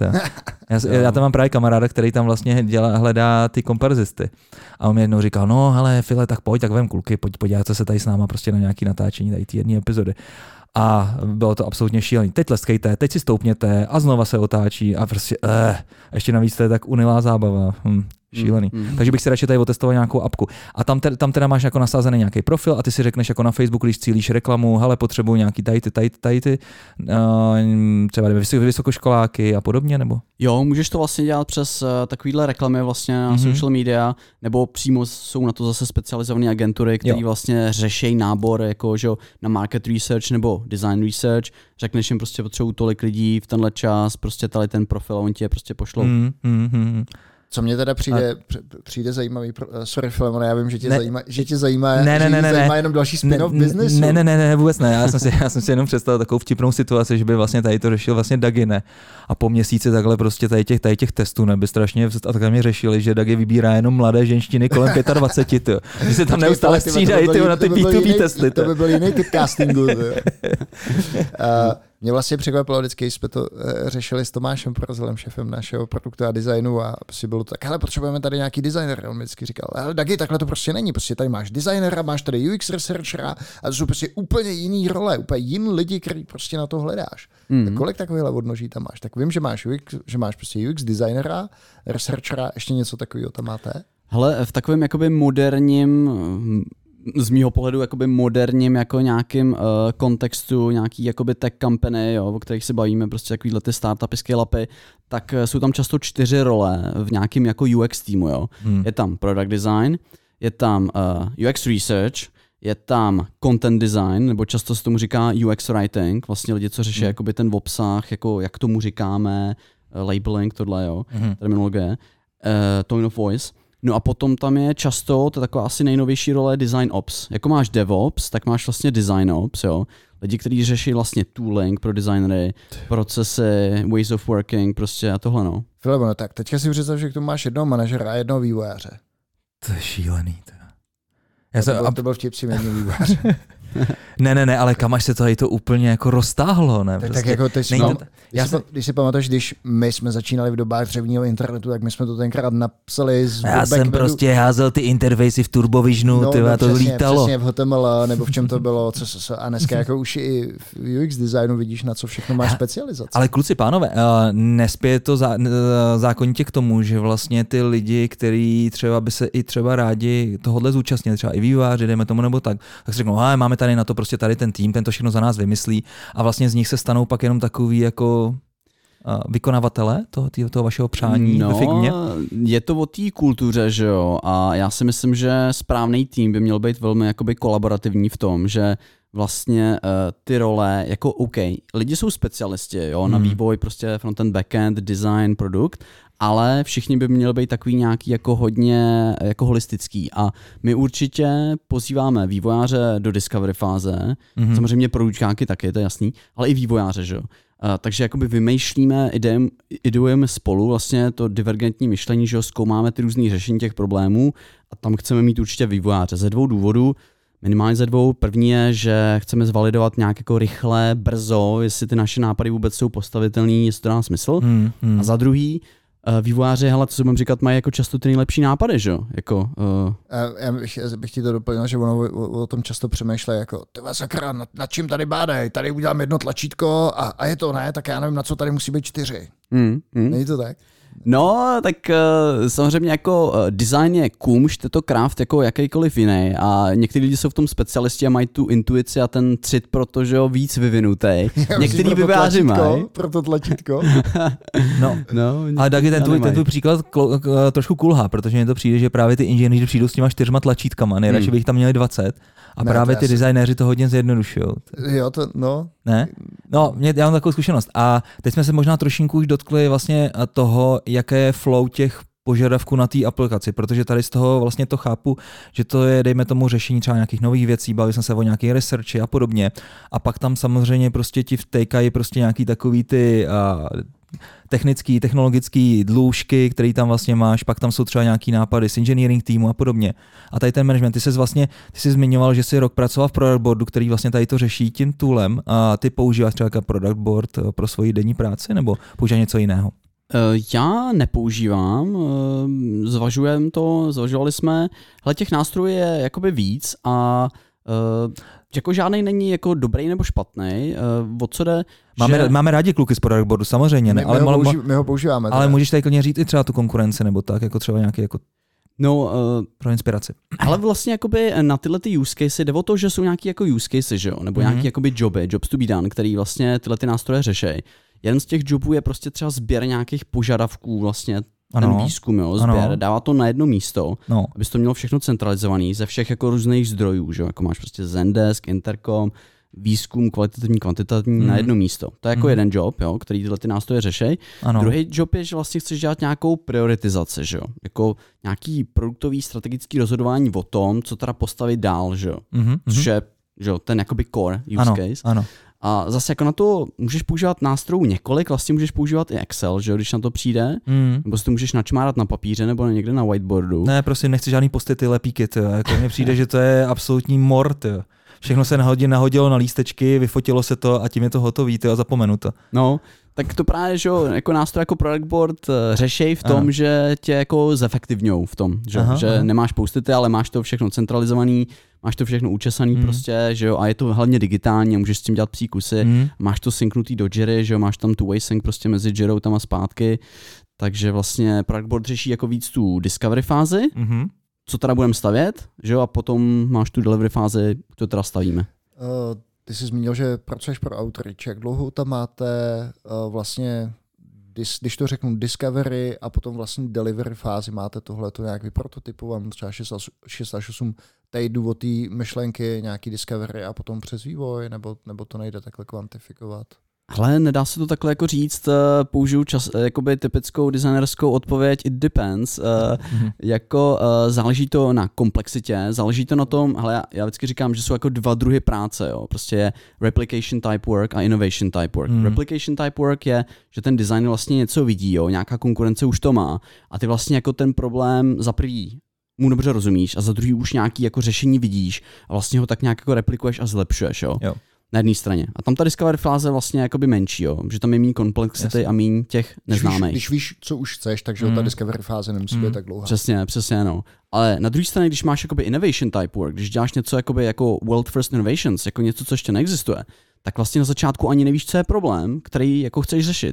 Já tam mám právě kamaráda, který tam vlastně hledá ty komparzisty. A on mi jednou říkal, no hele, File, tak pojď, tak vem kluky, podívejte se tady s náma prostě na nějaký natáčení tady ty jedné epizody. A bylo to absolutně šílený. Teď leskejte, teď si stoupněte a znova se otáčí a prostě ještě navíc to je tak unilá zábava. Šílený. Takže bych si radši tady otestoval nějakou apku. A tam teda máš jako nasázený nějaký profil a ty si řekneš jako na Facebooku, když cílíš reklamu, hele, potřebuji nějaký tady ty, třeba vysokoškoláky a podobně, nebo? Jo, můžeš to vlastně dělat přes takovýhle reklamy vlastně na social media, nebo přímo jsou na to zase specializované agentury, které vlastně řeší nábor jako, že na market research nebo design research. Řekneš jim prostě potřebuji tolik lidí v tenhle čas, prostě tady ten profil a oni ti je prostě pošlou. Co mě teda přijde zajímavý, sorry Filemone, já vím, že tě zajímá jenom další spin-off businessu. Ne, vůbec ne, já jsem si jenom představil takovou vtipnou situaci, že by vlastně tady to řešil vlastně Dagi, ne? A po měsíci takhle prostě tady těch testů, ne? By strašně a takhle mě řešili, že Dagi vybírá jenom mladé ženštiny kolem 25, tyjo. Že se tam neustále střídají na ty B2B testy. To by byl jiný typ castingu, Mě vlastně překvapilo, vždycky jsme to řešili s Tomášem Porozilem, šéfem našeho produktu a designu a prostě bylo to tak, hele, potřebujeme tady nějaký designer. On mi vždycky říkal, hele, Dagi, takhle to prostě není, prostě tady máš designera, máš tady UX researchera a to jsou prostě úplně jiný role, úplně jiný lidi, který prostě na to hledáš. Tak kolik takovýhle odnoží tam máš? Tak vím, že máš prostě UX designera, researchera, ještě něco takového tam máte? Hele, v takovém jakoby moderním z mýho pohledu jakoby moderním jako nějakým kontextu, nějaký jakoby tech company, jo, o kterých se bavíme, prostě takovýhle ty startupy, scale-upy, tak jsou tam často 4 role v nějakým jako UX týmu, jo. Je tam product design, je tam UX research, je tam content design, nebo často se tomu říká UX writing, vlastně lidi, co řeší jakoby ten obsah, jako jak tomu říkáme, labeling, tohle, jo, terminologie, tone of voice. No a potom tam je často, to je taková asi nejnovější role, design ops. Jako máš DevOps, tak máš vlastně design ops, jo. Lidi, kteří řeší vlastně tooling pro designery, procesy, ways of working, prostě a tohle, no. Filip, no tak teďka si představ, že k tomu máš jednoho manažera a jednoho vývojáře. To je šílený, To byl vtip s tím jedním vývojářem. Ne, ale kam až se to tady to úplně jako roztáhlo, ne? Tak jako teď když si pamatuješ, když my jsme začínali v dobách dřevního internetu, tak my jsme to tenkrát napsali z Já jsem prostě házel ty interfejsy v Turbovisionu, to lítalo. Přesně v HTML, nebo v čem to bylo, a dneska jako už i v UX designu vidíš, na co všechno máš specializaci. Ale kluci, pánové, nespěje to zákonitě k tomu, že vlastně ty lidi, kteří třeba by se i třeba rádi tohodle zúčastnili, třeba i vývojáři, dejme tomu nebo tak si řeknou, máme tady na to prostě tady ten tým, ten to všechno za nás vymyslí a vlastně z nich se stanou pak jenom takový jako vykonavatele toho vašeho přání ve Figmě? Je to o té kultuře, že jo, a já si myslím, že správný tým by měl být velmi jakoby kolaborativní v tom, že vlastně ty role, jako OK, lidi jsou specialisti, jo, na vývoj prostě frontend, backend, design, produkt, ale všichni by měli být takový nějaký jako hodně jako holistický a my určitě pozýváme vývojáře do discovery fáze, samozřejmě produkťáky taky, to je jasný, ale i vývojáře, že jo. Takže jakoby vymýšlíme, ideujeme spolu vlastně to divergentní myšlení, že jo, zkoumáme ty různý řešení těch problémů a tam chceme mít určitě vývojáře ze 2 důvodů. Minimálně ze 2. První je, že chceme zvalidovat nějak jako rychle, brzo, jestli ty naše nápady vůbec jsou postavitelný, jestli to dá smysl. A za druhý, vývojáři, hele, co se budeme říkat, mají jako často ty nejlepší nápady, že jo? Jako, Já bych ti to doplnil, že ono o tom často přemýšlí jako, tyhle sakra, nad čím tady bádej, tady udělám jedno tlačítko a je to ne, tak já nevím, na co tady musí být 4. Není to tak? No, tak samozřejmě jako design je kumšt, je to craft jako jakýkoliv jiný a někteří lidi jsou v tom specialisti a mají tu intuici a ten cit, protože jo, víc vyvinutý. Některý vývojáři mají. Pro to tlačítko. No. Ale Dagi, ten tvůj příklad trošku kulhá, protože mně to přijde, že právě ty inženýři přijdou s těma 4 tlačítkama, nejradši bych tam měli 20 a ne, právě ty designéři to hodně zjednodušujou. Jo, no. Ne? No, já mám takovou zkušenost a teď jsme se možná trošinku už dotkli vlastně toho, jaké je flow těch požadavků na té aplikaci, protože tady z toho vlastně to chápu, že to je, dejme tomu, řešení třeba nějakých nových věcí, bavili jsme se o nějaké researchi a podobně a pak tam samozřejmě prostě ti vtejkají prostě nějaký takový ty technický, technologický dlůžky, který tam vlastně máš, pak tam jsou třeba nějaký nápady z engineering týmu a podobně. A tady ten management, ty jsi zmiňoval, že jsi rok pracoval v product boardu, který vlastně tady to řeší tím toolem a ty používáš třeba jako product board pro svoji denní práci nebo používáš něco jiného? Já nepoužívám, zvažovali jsme, hele, těch nástrojů je jakoby víc a Jako žádnej není jako dobrý nebo špatný. O co jde? Máme rádi kluky z product boardu, samozřejmě, ne? My ho používáme. Ale můžeš tady klidně říct i třeba tu konkurenci, nebo tak, jako třeba nějaký jako pro inspiraci. Ale vlastně jakoby na tyhle ty use cases jde o to, že jsou nějaký jako use cases, že jo? Nebo nějaký jakoby jobs to be done, který vlastně tyhle ty nástroje řešejí. Jeden z těch jobů je prostě třeba sběr nějakých požadavků, vlastně ten výzkum, jo, sběr, dává to na jedno místo, abys to mělo všechno centralizovaný ze všech jako různých zdrojů, že jo? Jako máš prostě Zendesk, Intercom, výzkum kvalitativní, kvantitativní na jedno místo. To je jako jeden job, jo, který tyhle ty nástroje řeší. Druhý job je, že vlastně chceš dělat nějakou prioritizaci, že jo? Jako nějaký produktový strategický rozhodování o tom, co teda postavit dál, že jo? Což je, že jo, ten jakoby core use case. Ano. A zase jako na to můžeš používat nástrojů několik, vlastně můžeš používat i Excel, že jo, když na to přijde, nebo si to můžeš načmárat na papíře nebo někde na whiteboardu. Ne, prostě nechci žádný postity, lepíky, jako mně přijde, že to je absolutní mort, jo. Všechno se nahodilo na lístečky, vyfotilo se to a tím je to hotový, a zapomenu to. No, tak to právě, že jako nástroj jako product board řešej v tom, že tě jako zefektivňujou v tom, že nemáš postity, ale máš to všechno centralizovaný, máš to všechno učesaný prostě, že jo, a je to hlavně digitální a můžeš s tím dělat psí kusy, máš to synknutý do Jiry, že jo, máš tam two-way sync prostě mezi Jirou tam a zpátky, takže vlastně product board řeší jako víc tu discovery fázi, co teda budeme stavět, že jo, a potom máš tu delivery fázi, to teda stavíme. Ty jsi zmínil, že pracuješ pro Outreach. Jak dlouho tam máte vlastně, když to řeknu, discovery a potom vlastně delivery fázi, máte tohleto nějak vyprototypovat, třeba 6 až 8 týdnů od té myšlenky, nějaký discovery a potom přes vývoj, nebo to nejde takhle kvantifikovat? Hele, nedá se to takhle jako říct, použiju jakoby typickou designerskou odpověď, it depends, jako záleží to na komplexitě, záleží to na tom, hele, já vždycky říkám, že jsou jako dva druhy práce, jo, prostě je replication type work a innovation type work. Replication type work je, že ten designer vlastně něco vidí, jo, nějaká konkurence už to má a ty vlastně jako ten problém za prvý mu dobře rozumíš a za druhý už nějaký jako řešení vidíš a vlastně ho tak nějak jako replikuješ a zlepšuješ, jo. Na jedné straně. A tam ta discovery fáze vlastně jakoby menší, jo? Že tam je méně komplexity a méně těch neznámých. Když víš, co už chceš, takže ta discovery fáze nemusí být tak dlouhá. Přesně, no. Ale na druhé straně, když máš jakoby innovation type work, když děláš něco jakoby jako world first innovations, jako něco, co ještě neexistuje, tak vlastně na začátku ani nevíš, co je problém, který jako chceš řešit.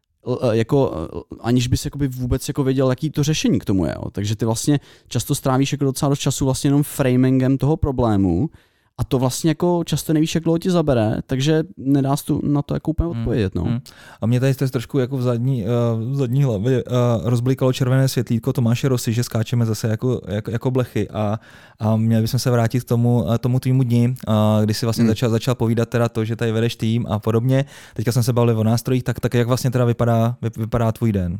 Jako, aniž bys jakoby vůbec jako věděl, jaký to řešení k tomu je. Jo? Takže ty vlastně často strávíš jako docela dost času vlastně jenom framingem toho problému. A to vlastně jako často nevíš, jak dlouho ti zabere, takže nedá se na to jako úplně odpovědět. No. A mě tady trošku jako v zadní hlavě rozblikalo červené světlítko Tomáše Rosy, že skáčeme zase jako blechy a měli bychom se vrátit k tomu týmu dni, kdy si vlastně začal povídat teda to, že tady vedeš tým a podobně. Teďka jsem se bavil o nástrojích, tak jak vlastně teda vypadá tvůj den?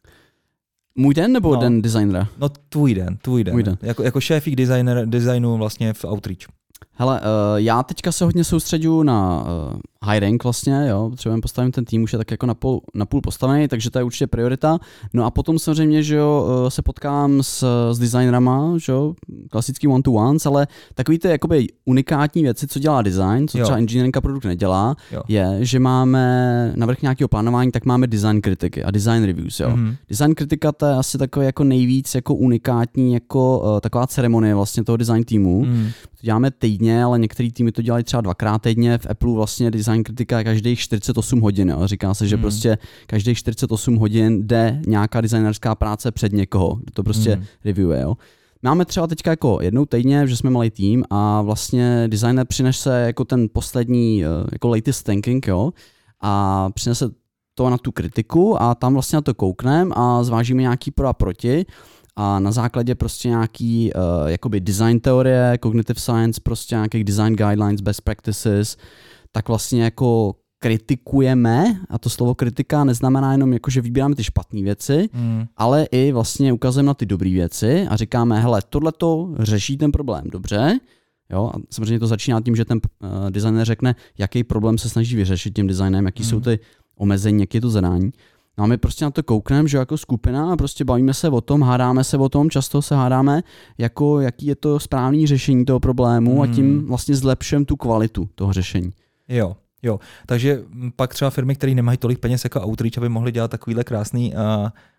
Můj den nebo den designera? No tvůj den. Jako šéfík designu vlastně v Outreach. Hele, já teďka se hodně soustředuju na hiring vlastně, jo, potřebujeme postavit ten tým, už je tak jako na půl postavený, takže to je určitě priorita. No a potom samozřejmě, že jo, se potkám s designerama, že jo, klasický one-to-ones, ale takový ty jakoby unikátní věci, co dělá design, co třeba engineering a produkt nedělá, je, že máme na vrch nějakého plánování, tak máme design kritiky a design reviews, jo. Design kritika to je asi takový jako nejvíc jako unikátní, jako taková ceremonie vlastně toho design týmu. To děláme týdně, ale některý týmy to dělají třeba 2x týdně. V Apple vlastně design kritika je každých 48 hodin. Jo. Říká se, že prostě každých 48 hodin jde nějaká designerská práce před někoho, kdo to prostě reviewuje. Jo. Máme třeba teďka jako jednou týdně, že jsme malý tým a vlastně designer přinese jako ten poslední jako latest thinking, jo, a přinese to na tu kritiku a tam vlastně na to koukneme a zvážíme nějaký pro a proti. A na základě prostě nějaký jakoby design teorie, cognitive science, prostě nějakých design guidelines, best practices, tak vlastně jako kritikujeme, a to slovo kritika neznamená jenom jako, že vybíráme ty špatné věci, ale i vlastně ukazujeme na ty dobré věci a říkáme, hele, tohleto řeší ten problém dobře, jo, a samozřejmě to začíná tím, že ten designer řekne, jaký problém se snaží vyřešit tím designem, jaký jsou ty omezení, jaký je to zadání. No a my prostě na to koukneme, že jako skupina a prostě bavíme se o tom, hádáme se o tom, často se hádáme, jako jaký je to správný řešení toho problému a tím vlastně zlepšujeme tu kvalitu toho řešení. Jo, takže pak třeba firmy, které nemají tolik peněz jako Outreach, aby mohly dělat takovýhle krásný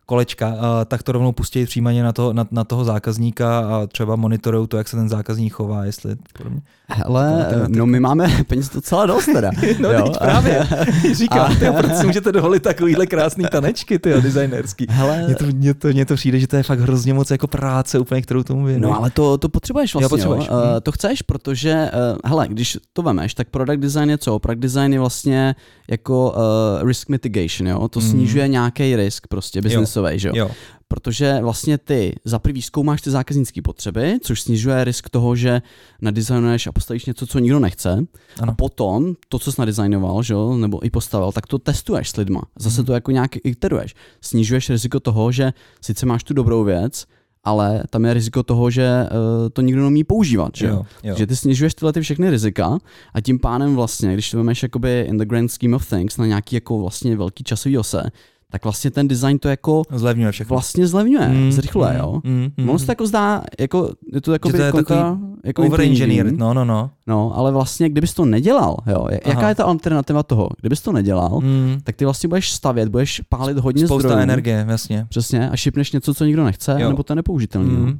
kolečka, tak to rovnou pustí příjmaně na toho zákazníka a třeba monitorují to, jak se ten zákazník chová, jestli podobně. Hele, no my máme peněz docela dost teda. No jo? teď právě. Říkám, proč si můžete dovolit takovýhle krásný tanečky, tyjo, designerský. Hele, Mně to přijde, že to je fakt hrozně moc jako práce úplně, kterou tomu věnuji. No ale to potřebuješ vlastně, to chceš, protože, hele, když to vemeš, tak product design je co? Product design je vlastně jako risk mitigation, jo? To snižuje nějaký risk prostě biznesový, že jo? Protože vlastně ty za prvý zkoumáš ty zákaznické potřeby, což snižuje risk toho, že nadizajnuješ a postavíš něco, co nikdo nechce. Ano. A potom to, co jsi nadizajnoval, že jo, nebo i postavil, tak to testuješ s lidma. Zase to jako nějak iteruješ. Snižuješ riziko toho, že sice máš tu dobrou věc, ale tam je riziko toho, že to nikdo neumí používat. Že? Jo. Že ty snižuješ tyhle ty všechny rizika a tím pádem vlastně, když to vemeš jakoby in the grand scheme of things na nějaký jako vlastně velký časový ose, tak vlastně ten design to jako zlevňuje všechno. Vlastně zlevňuje, zrychluje, jo. Ono se to jako zdá, jako, je to jako over-engineered, no. No, ale vlastně, kdybys to nedělal, jo, jaká je ta alternativa toho? Kdybys to nedělal, tak ty vlastně budeš stavět, budeš pálit hodně zdrojů. Spousta energie, jasně. Přesně, a šipneš něco, co nikdo nechce, nebo to je nepoužitelný.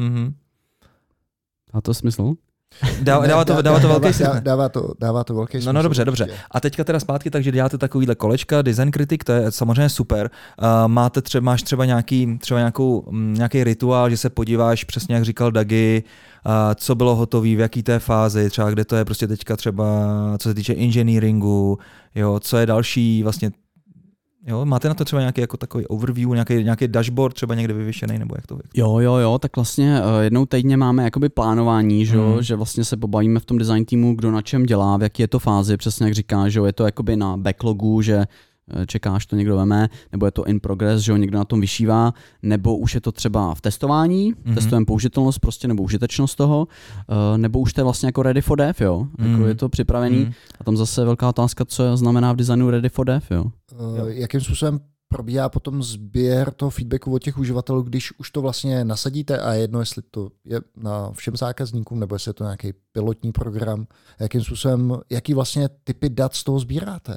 A to smysl? Dává to velký smysl. Dává to velký smysl. No dobře. A teďka teda zpátky, takže děláte takovýhle kolečka, design kritik, to je samozřejmě super. Máš třeba nějaký rituál, že se podíváš přesně, jak říkal Dagi, co bylo hotové, v jaký té fázi, třeba kde to je prostě teďka třeba, co se týče engineeringu, jo, co je další vlastně. Jo, máte na to třeba nějaký jako takový overview, nějaký dashboard třeba někde vyvěšený, nebo jak to? Jo, tak vlastně jednou týdně máme jakoby plánování, že vlastně se pobavíme v tom design týmu, kdo na čem dělá, v jaký je to fázi, přesně jak říká, že je to jakoby na backlogu, že čekáš, to někdo veme, nebo je to in progress, že ho někdo na tom vyšívá, nebo už je to třeba v testování, testujeme použitelnost prostě, nebo užitečnost toho, nebo už to je vlastně jako ready for dev, jo, jako je to připravený. A tam zase velká otázka, co znamená v designu ready for dev, jo. Jakým způsobem probíhá potom sběr toho feedbacku od těch uživatelů, když už to vlastně nasadíte a jedno, jestli to je na všem zákazníkům, nebo jestli je to nějaký pilotní program, jakým způsobem, jaký vlastně typy dat z toho sbíráte?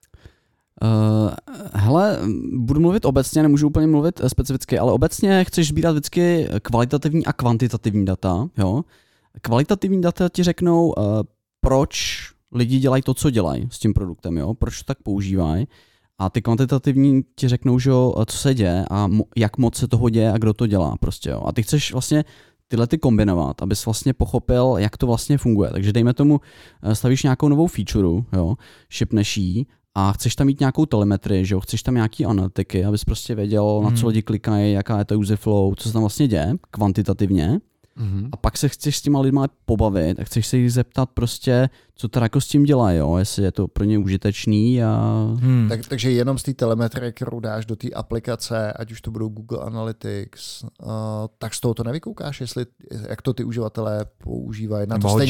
Hele, budu mluvit obecně, nemůžu úplně mluvit specificky, ale obecně chceš sbírat vždycky kvalitativní a kvantitativní data. Jo? Kvalitativní data ti řeknou, proč lidi dělají to, co dělají s tím produktem, jo? Proč to tak používají. A ty kvantitativní ti řeknou, že co se děje a jak moc se toho děje a kdo to dělá. Prostě, jo? A ty chceš vlastně tyhle ty kombinovat, abys vlastně pochopil, jak to vlastně funguje. Takže dejme tomu, stavíš nějakou novou feature, jo? Shipneš jí, a chceš tam mít nějakou telemetrii, že jo? Chceš tam nějaký analytiky, abys prostě věděl, na co lidi klikají, jaká je to user flow, co se tam vlastně děje kvantitativně. A pak se chceš s těma lidma pobavit a chceš se jich zeptat prostě, co teda jako s tím dělají, jo? Jestli je to pro ně užitečný a... Takže jenom z té telemetrie, kterou dáš do té aplikace, ať už to budou Google Analytics, tak z toho to nevykoukáš, jak to ty uživatelé používají.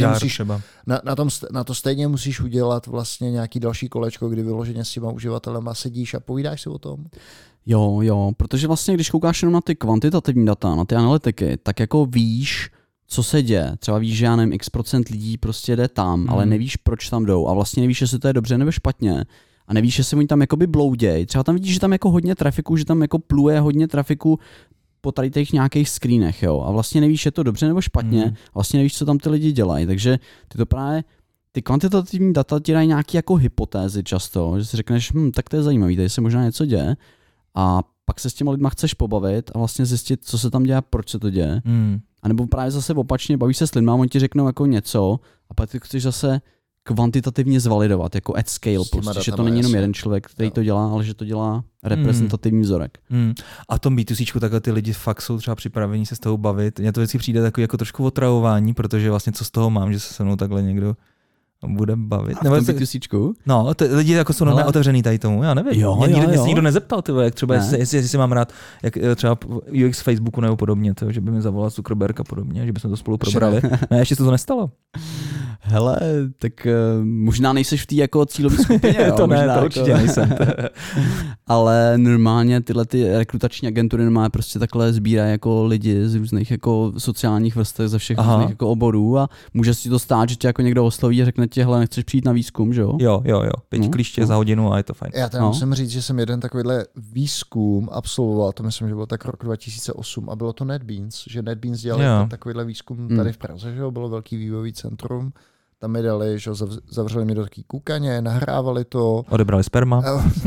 Na to stejně musíš udělat vlastně nějaký další kolečko, kdy vyloženě s těma uživatelema sedíš a povídáš si o tom. Jo, protože vlastně, když koukáš jenom na ty kvantitativní data, na ty analytiky, tak jako víš, co se děje. Třeba víš, že já nevím, x% lidí prostě jde tam, ale nevíš, proč tam jdou. A vlastně nevíš, jestli to je dobře nebo špatně. A nevíš, jestli oni tam jakoby blouděj. Třeba tam vidíš, že tam jako hodně trafiku, že tam jako pluje hodně trafiku po tady těch nějakých screenech, jo. A vlastně nevíš, je to dobře nebo špatně. A vlastně nevíš, co tam ty lidi dělají. Takže ty to právě ty kvantitativní data ti dají nějaké jako hypotézy často, že si řekneš, tak to je zajímavý, tady se možná něco děje. A pak se s těma lidma chceš pobavit a vlastně zjistit, co se tam děje, proč se to děje. A nebo právě zase opačně, bavíš se s lidma, oni ti řeknou jako něco a pak ty chceš zase kvantitativně zvalidovat, jako at scale, prostě, že to není jenom jeden člověk, který to dělá, ale že to dělá reprezentativní vzorek. A v tom B2C takhle ty lidi fakt jsou třeba připraveni se s tou bavit. Mně to vždycky přijde takový jako trošku otravování, protože vlastně co z toho mám, že se se mnou takhle někdo bude bavit. A v tom B2Cčku? No, lidi jako jsou normálně otevřený tady tomu, já nevím. Mě se nikdo nezeptal, tyhle, jak třeba, jestli si mám rád, jak třeba UX Facebooku nebo podobně, tyhle, že by mi zavolal Zuckerberg a podobně, že bychom to spolu probrali. Ne, ještě se to nestalo. Hele, tak možná nejseš v té jako cílové skupině. Jo? To možná ne, to určitě nejsem. Ale normálně tyhle ty rekrutační agentury normálně prostě takhle sbírají jako lidi z různých jako sociálních vrstev, ze všech různých jako oborů a může si to stát, že tě jako někdo osloví a řekne ti, hele, nechceš přijít na výzkum, že jo? Jo. 5 klíště za hodinu a je to fajn. Já teda musím říct, že jsem jeden takovýhle výzkum absolvoval, to myslím, že bylo tak rok 2008 a bylo to NetBeans, že NetBeans dělali takovýhle výzkum tady v Praze, že jo, bylo velký vývojový centrum. Tam mi dali, že zavřeli mi do takové kukaně, nahrávali to. Odebrali sperma.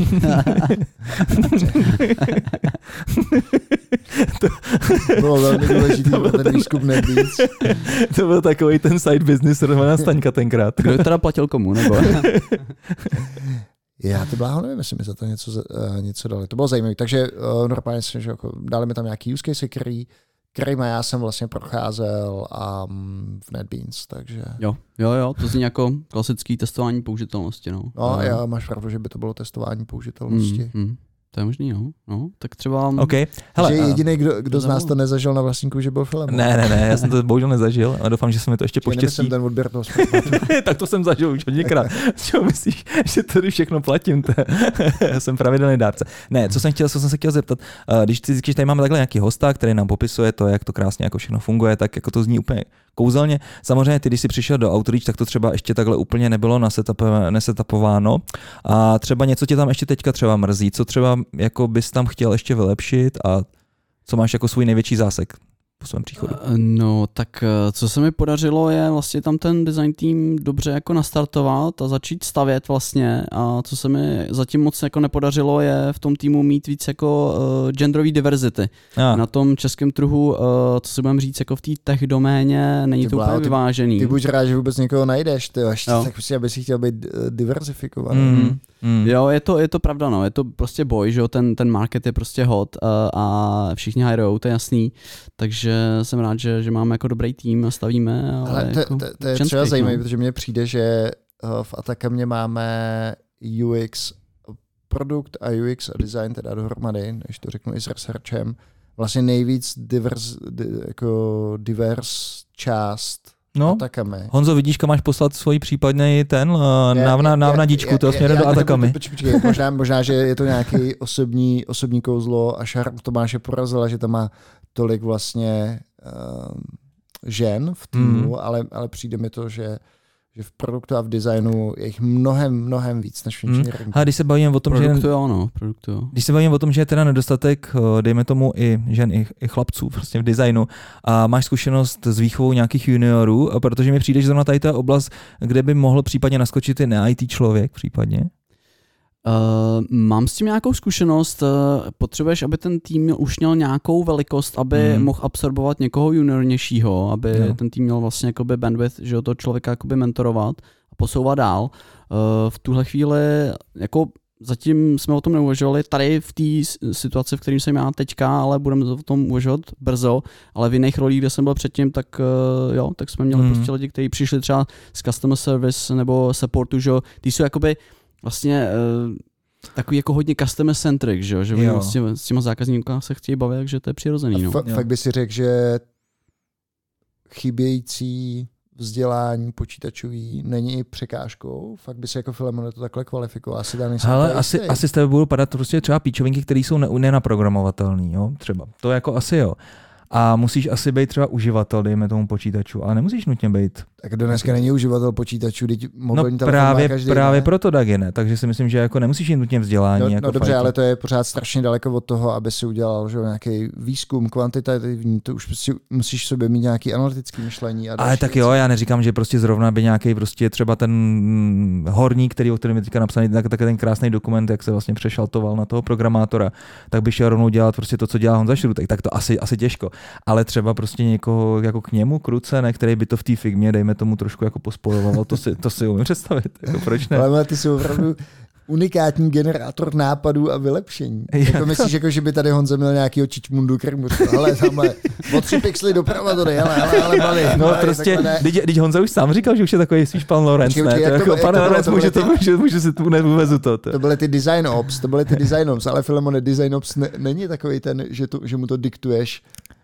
To bylo velmi důležitý pro ten výzkum NetBeans. To byl takový ten side business Romana Staňka tenkrát. Kdo teda platil komu, nebo? Já to bláho nevím, jestli mi za to něco dali. To bylo zajímavé. Takže normálně jsem, že jako, dali mi tam nějaký use case, kterýma já jsem vlastně procházel a v NetBeans, takže... Jo, to zní jako klasický testování použitelnosti, no. No, já máš pravdu, že by to bylo testování použitelnosti. To je možný, jo. No, tak třeba... Okay. Hele, že jediný, kdo z nás to nezažil na vlastní kůži, byl Filemon. Ne, já jsem to bohužel nezažil a doufám, že se mi to ještě poštěstí. Ten odběr toho Tak to jsem zažil už hodněkrát. Co myslíš, že tady všechno platím? Jsem pravidelný dárce. Ne, co jsem se chtěl zeptat, když tady máme takhle nějaký hosta, který nám popisuje to, jak to krásně jako všechno funguje, tak jako to zní úplně kouzelně. Samozřejmě ty, když jsi přišel do Outreach, tak to třeba ještě takhle úplně nebylo nesetapováno. A třeba něco tě tam ještě teďka třeba mrzí, co třeba jako bys tam chtěl ještě vylepšit a co máš jako svůj největší zásek po svém příchodu? No, tak co se mi podařilo je vlastně tam ten design tým dobře jako nastartovat a začít stavět vlastně a co se mi zatím moc jako nepodařilo je v tom týmu mít víc jako genderový diverzity. Na tom českém trhu, co si budeme říct, jako v té tech doméně není to úplně vyvážený. Ty buď rád, že vůbec někoho najdeš, tak prostě, aby si chtěl být diverzifikovaný. Jo, je to pravda, no, je to prostě boj, že jo, ten market je prostě hot a všichni hirujou, to je jasný, takže jsem rád, že máme jako dobrý tým a stavíme. Ale to je třeba zajímavé, protože mně přijde, že v Atacamě máme UX produkt a UX a design teda dohromady, než to řeknu i s researchem, vlastně nejvíc divers část. Atacamy. Honzo, vidíš, kam máš poslat svoji případný ten návnadičku toho směru do Atacamy. Počkej, možná, že je to nějaký osobní kouzlo a šarm Tomáše porazila, že tam má tolik vlastně žen v týmu, ale přijde mi to, že v produktu a v designu je jich mnohem víc než v engineeringu. A když se bavíme o tom, Když se bavíme o tom, že je teda nedostatek, dejme tomu i žen, i chlapců prostě v designu a máš zkušenost s výchovou nějakých juniorů, protože mi přijde, že zrovna tady ta oblast, kde by mohl případně naskočit i ne-IT člověk případně. Mám s tím nějakou zkušenost, potřebuješ, aby ten tým už měl nějakou velikost, aby mohl absorbovat někoho juniornějšího, aby ten tým měl vlastně jakoby bandwidth, že toho člověka jakoby mentorovat a posouvat dál. V tuhle chvíli jako zatím jsme o tom neuvažovali, tady v té situaci, v kterým jsem já teďka, ale budeme o tom uvažovat brzo, ale v jiných rolích, kde jsem byl předtím, tak jsme měli prostě lidi, kteří přišli třeba z customer service nebo supportu, že ty jsou jakoby vlastně takový jako hodně customer centric, že s těma zákazníkama se chtějí bavit, takže to je přirozený. No. Fakt by si řekl, že chybějící vzdělání počítačový není překážkou? Fakt by si jako Filemon to takhle kvalifikoval? Asi z tebe budou padat prostě třeba píčovinky, které jsou nenaprogramovatelné, jo? Třeba. To jako asi jo. A musíš asi být třeba uživatel, dejme tomu počítaču, ale nemusíš nutně být. Tak dneska není uživatel počítačů, teď mobilní telefon má každý. Právě proto taky ne, takže si myslím, že jako nemusíš jít nutně vzdělání. No dobře, ale to je pořád strašně daleko od toho, aby si udělal nějaký výzkum kvantitativní, to už prostě musíš sobě mít nějaký analytický myšlení. Ale tak jo, já neříkám, že prostě zrovna by nějaký prostě třeba ten horník, o kterém je teďka napsaný, tak ten krásný dokument, jak se vlastně přešaltoval na toho programátora, tak by šel rovnou dělat prostě to, co dělá Honza Šrutek, tak to asi těžko. Ale třeba prostě někoho jako k němu kruce, který by to v té Figmě, dejme tomu trošku jako pospojoval, to si umím představit, jako proč ne? Ale ty jsou opravdu unikátní generátor nápadů a vylepšení. Jako myslíš, jako, že by tady Honza měl nějakýho čičmundu, který mu říkal, hele, tamhle, o 3 pixely doprava tady, hele, mali. No prostě, teď Honza už sám říkal, že už je takový spíš pan Lorenz, ne? Pan Lorenz může si tu neuvezu to. To byly ty design ops, ale Filemone design ops není takový ten, že mu to diktuješ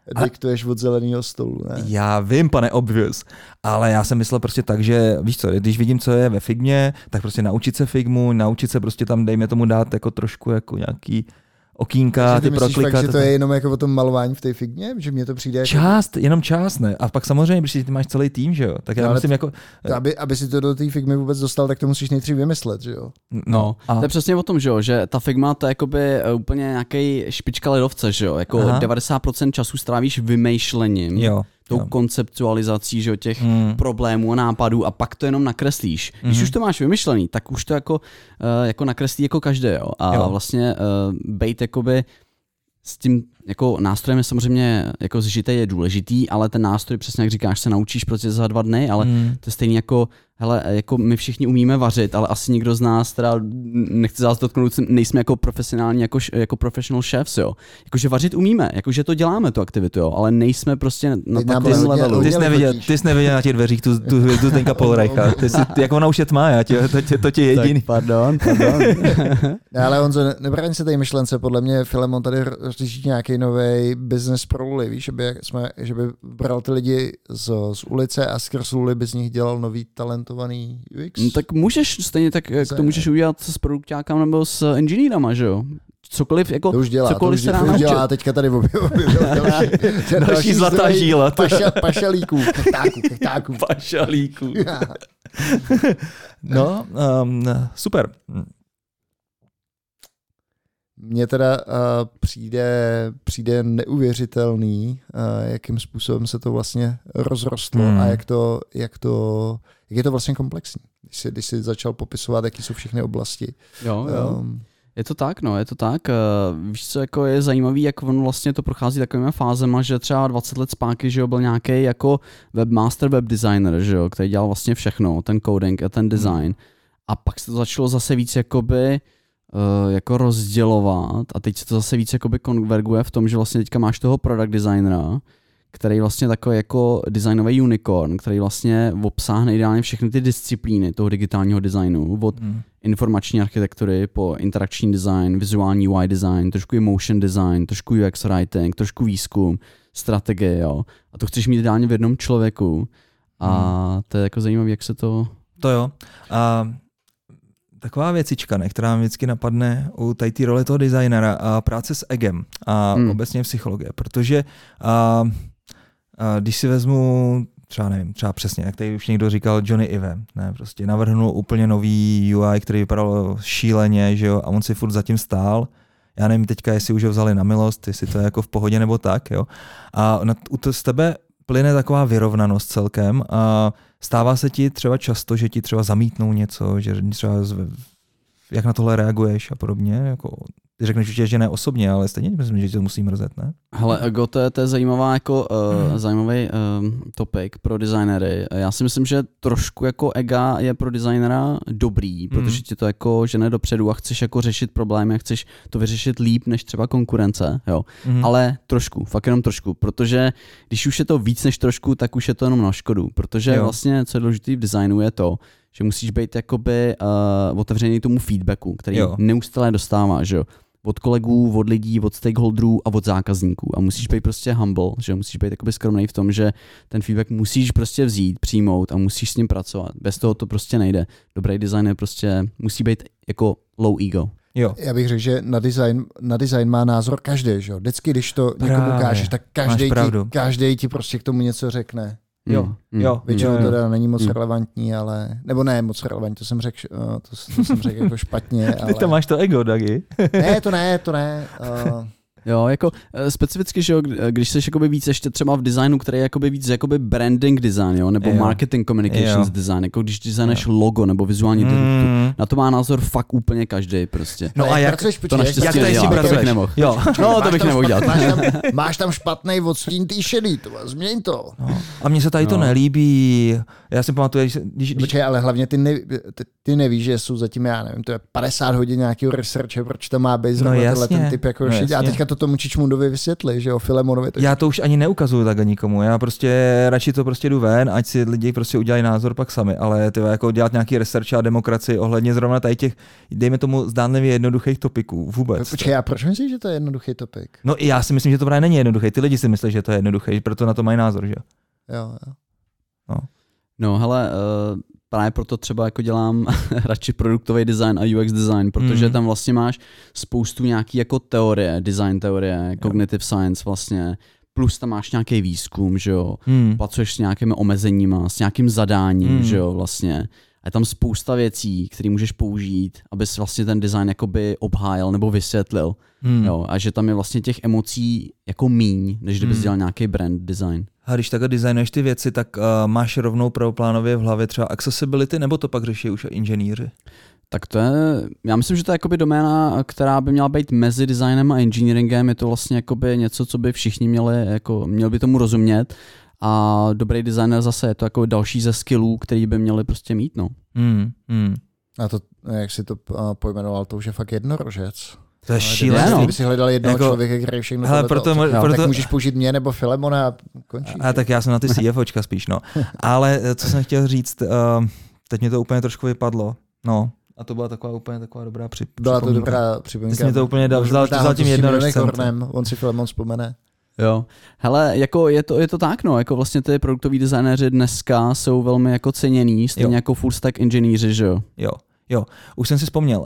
diktuješ od zeleného stolu, ne? Já vím, pane obvious, ale já jsem myslel prostě tak, že víš co, když vidím, co je ve Figmě, tak prostě naučit se Figmu, naučit se prostě tam, dejme tomu dát jako trošku jako nějaký okýnka, ty proklikat. Fakt, že to je jenom jako o tom malování v té Figmě? Že mně to přijde jako... Jenom část, ne? A pak samozřejmě, protože ty máš celý tým, že jo? Tak já myslím jako... Aby si to do té Figmy vůbec dostal, tak to musíš nejdřív vymyslet, že jo? No, to je přesně o tom, že jo, že ta Figma to je jakoby úplně nějaký špička ledovce, že jo? Jako 90% času strávíš vymýšlením. Jo. Tou konceptualizací, že těch problémů a nápadů a pak to jenom nakreslíš. Když už to máš vymyšlený, tak už to jako nakreslí jako každý, jo. A vlastně bejt jakoby s tím jako nástrojem je samozřejmě jako zžitej je důležitý, ale ten nástroj, přesně jak říkáš, se naučíš prostě za 2 dny, ale to je stejný jako, hele, jako my všichni umíme vařit, ale asi nikdo z nás, teda nechci zás dotknout, nejsme jako profesionální, jako professional chefs, jo. Jakože vařit umíme, jakože to děláme tu aktivitu, jo, ale nejsme prostě na takovém levelu. Ty jsi neviděl na těch dveřích tu Zdenka Polreicha, jak ona už je tmá, to ti je jediný. Tak, pardon. Ale Honzo, nebraň se té myšlence, podle mě Filemon tady řeší nějaký nový business pro Luli, víš, že by bral ty lidi z ulice a skrz Luli by z nich dělal nový talentovaný UX. No, tak můžeš stejně tak to můžeš udělat s produkťákama nebo s engineerama, že jo? Cokoliv jako to už dělá, cokoliv to už dělá, teďka tady objevil další zlatá žíla. Pašalíků, kechtáků. Pašalíků. No, super. Mně teda přijde neuvěřitelný, jakým způsobem se to vlastně rozrostlo a jak je to vlastně komplexní. Když jsi začal popisovat, jaký jsou všechny oblasti. Jo. Je to tak, no, je to tak. Víš, co jako je zajímavý, jak on vlastně to prochází takovými fázema, že třeba 20 let zpátky, že jo, byl nějaký jako webmaster, web designer, že jo, který dělal vlastně všechno, ten coding a ten design. A pak se to začalo zase víc jakoby jako rozdělovat a teď se to zase víc jakoby konverguje v tom, že vlastně teďka máš toho product designera, který vlastně takový jako designový unicorn, který vlastně obsáhne ideálně všechny ty disciplíny toho digitálního designu, od informační architektury po interakční design, vizuální UI design, trošku emotion design, trošku UX writing, trošku výzkum, strategie, jo. A to chceš mít ideálně v jednom člověku. A to je jako zajímavé, jak se to... To jo. Taková věcička, ne, která mě vždycky napadne u té role toho designera a práce s egem a obecně psychologie, protože když si vezmu třeba přesně, jak tady už někdo říkal Johnny Ive, ne, prostě navrhnul úplně nový UI, který vypadal šíleně, že jo, a on si furt zatím stál. Já nevím teďka, jestli už ho vzali na milost, jestli to je jako v pohodě nebo tak, jo. A z tebe plyne taková vyrovnanost celkem a stává se ti třeba často, že ti třeba zamítnou něco, že třeba jak na tohle reaguješ a podobně, jako ty řekneš určitě, že ne osobně, ale stejně myslím, že to musí mrzet, ne? Hele, ego, to je zajímavá jako zajímavý topic pro designery. Já si myslím, že trošku jako ega je pro designera dobrý, protože ti to jako žene dopředu a chceš jako řešit problémy, chceš to vyřešit líp než třeba konkurence, jo. Ale trošku, fakt jenom trošku, protože když už je to víc než trošku, tak už je to jenom na škodu, protože vlastně co je důležité v designu je to, že musíš být jakoby otevřený tomu feedbacku, který neustále dostáváš, že jo. Od kolegů, od lidí, od stakeholderů a od zákazníků. A musíš být prostě humble, že musíš být jakoby skromný v tom, že ten feedback musíš prostě vzít, přijmout a musíš s ním pracovat. Bez toho to prostě nejde. Dobrý designer prostě musí být jako low ego. Jo. Já bych řekl, že na design má názor každý, že jo. Vždycky, když to někomu ukážeš, tak každý ti prostě k tomu něco řekne. Jo. Většinou to teda není moc relevantní, ale... Nebo ne moc relevantní, to jsem řekl jako špatně, ale... Ty tam máš to ego, Dagi. Ne, to ne. Jo, jako specificky, že jo, když jsi jakoby víc ještě třeba v designu, který je jakoby víc jakoby branding design, jo, nebo marketing communications design, jako když designuješ logo nebo vizuální na to má názor fakt úplně každý prostě. No a jak to naštěstí nemohl. Jo, no to bych nemohl dělat. Máš tam špatný odstín tý šedý, změň to. No. A mně se tady to nelíbí. Já si pamatuju, když... Počkej, ale hlavně ty nevíš, že jsou zatím, já nevím, to je 50 hodin nějakého researche, proč to má být zrovna tenhle ten typ jako šedý. A teďka to tomu Čičmundovi vysvětli, že jo, Filemonovi. Já to už ani neukazuju tak nikomu, já prostě radši to prostě jdu ven, ať si lidi prostě udělají názor pak sami, ale tyhle, jako dělat nějaký research a demokracii ohledně zrovna tady těch, dejme tomu zdánlivě jednoduchých topiků, vůbec. Počkej, a proč myslíš, že to je jednoduchý topik? No i já si myslím, že to právě není jednoduchý, ty lidi si myslí, že to je jednoduchý, proto na to mají názor, že jo. No hele, právě proto třeba jako dělám radši produktový design a UX design, protože tam vlastně máš spoustu nějaký jako teorie, design teorie, cognitive science vlastně, plus tam máš nějaký výzkum, že jo, pracuješ s nějakými omezeníma, s nějakým zadáním, že jo, vlastně. A je tam spousta věcí, které můžeš použít, abys vlastně ten design jakoby obhájil nebo vysvětlil. Jo, a že tam je vlastně těch emocí jako míň, než kdybys dělal nějaký brand design. A když takhle designuješ ty věci, tak máš rovnou prvoplánově v hlavě třeba accessibility, nebo to pak řeší už inženýři? Tak to je, já myslím, že to je jakoby doména, která by měla být mezi designem a engineeringem. Je to vlastně jakoby něco, co by všichni měli by tomu rozumět. A dobrý designer zase je to jako další ze skillů, který by měli prostě mít, no. A to, jak si to pojmenoval, to už je fakt jednorožec. To je šílené. Kdyby si hledal jednoho člověka, který všechno tak můžeš použít mě nebo Filemona a končíš. A tak já jsem na ty CFOčka spíš, no. Ale co jsem chtěl říct, teď mě to úplně trošku vypadlo, no. A to byla taková dobrá připomínka. Byla to dobrá připomínka. Ty jsi mě to úplně vzal tím jednorožcem. On si Filemon vzpomene. Jo, hele, jako je to tak, no, jako vlastně ty produktoví designéři dneska jsou velmi jako ceněný, stejně jako full stack inženýři, že jo? Jo, už jsem si vzpomněl,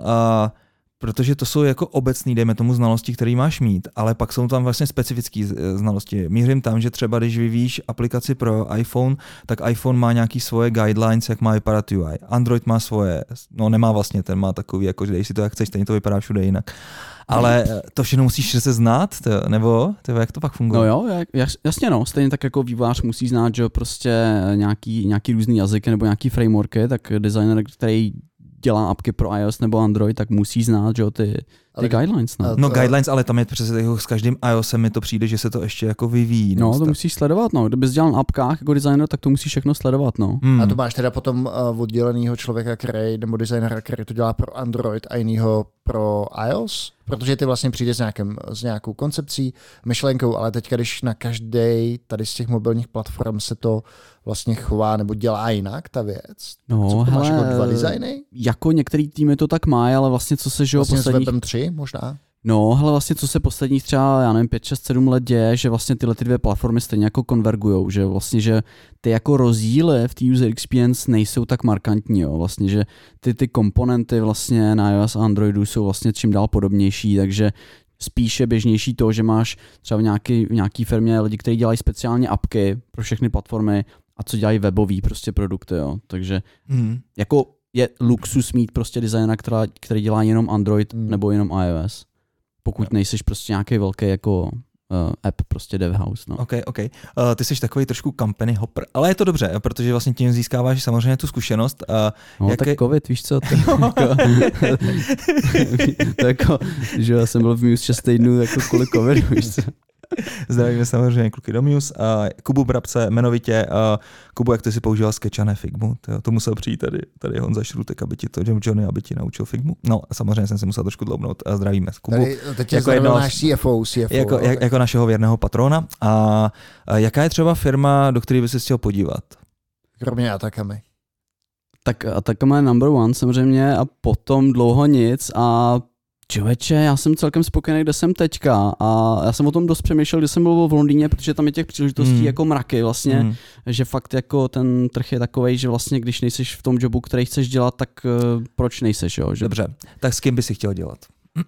protože to jsou jako obecný, dejme tomu, znalosti, které máš mít, ale pak jsou tam vlastně specifické znalosti. Mířím tam, že třeba když vyvíjíš aplikaci pro iPhone, tak iPhone má nějaký svoje guidelines, jak má vypadat UI. Android má svoje, no nemá vlastně, ten má takový, jako dej si to jak chceš, stejně to vypadá všude jinak. Ale to všechno musíš se znát, nebo jak to pak funguje? No jo, jasně no, stejně tak jako vývojář musí znát, že prostě nějaký různý jazyky nebo nějaký frameworky, tak designer, který dělá apky pro iOS nebo Android, tak musí znát, že ty guidelines. No guidelines, ale tam je přesně jako s každým iOSem mi to přijde, že se to ještě jako vyvíjí. No to musíš sledovat, no. Kdybys dělal na apkách jako designer, tak to musíš všechno sledovat, no. A to máš teda potom oddělenýho člověka, nebo designera, který to dělá pro Android a jinýho pro iOS? Protože ty vlastně přijdeš s nějakou koncepcí, myšlenkou, ale teď, když na každý tady z těch mobilních platform se to vlastně chová nebo dělá jinak, ta věc. No, co, máš jako dva designy? Jako některý týmy to tak mají, ale vlastně co se, že vlastně posledních... s Webem 3 možná? No, hele, vlastně co se posledních třeba, já nevím, 5, 6, 7 let děje, že vlastně tyhle ty dvě platformy stejně jako konvergujou, že vlastně, že ty jako rozdíly v té user experience nejsou tak markantní, jo, vlastně, že ty komponenty vlastně na iOS a Androidu jsou vlastně čím dál podobnější, takže spíše běžnější to, že máš třeba v nějaký firmě lidi, kteří dělají speciálně apky pro všechny platformy a co dělají webový prostě produkty, jo, takže jako je luxus mít prostě designera, který dělá jenom Android nebo jenom iOS. Pokud nejseš prostě nějaký velký jako app, prostě dev house. No. OK. Ty jsi takový trošku company hopper, ale je to dobře, protože vlastně tím získáváš samozřejmě tu zkušenost. No tak covid, víš co? To jako, že já jsem byl v Muse 6 týdnů jako kvůli covidu, víš co? Zdravíme samozřejmě kluky do Muse. Kubu Brabce, jmenovitě. Kubu, jak ty si používal Sketch a ne Figmu? To musel přijít tady Honza Šrutek, Johnny, aby ti naučil Figmu. No a samozřejmě jsem si musel trošku dloubnout. Zdravíme Kubu. Tady, teď jako náš CFO jako našeho věrného patrona. A jaká je třeba firma, do které by se chtěl podívat? Kromě Atakamy. Tak Atakama je number one samozřejmě a potom dlouho nic a člověče, já jsem celkem spokojený, kde jsem teďka a já jsem o tom dost přemýšlel, když jsem byl v Londýně, protože tam je těch příležitostí jako mraky vlastně, že fakt jako ten trh je takovej, že vlastně když nejseš v tom jobu, který chceš dělat, tak proč nejseš, jo? Že... Dobře, tak s kým by si chtěl dělat?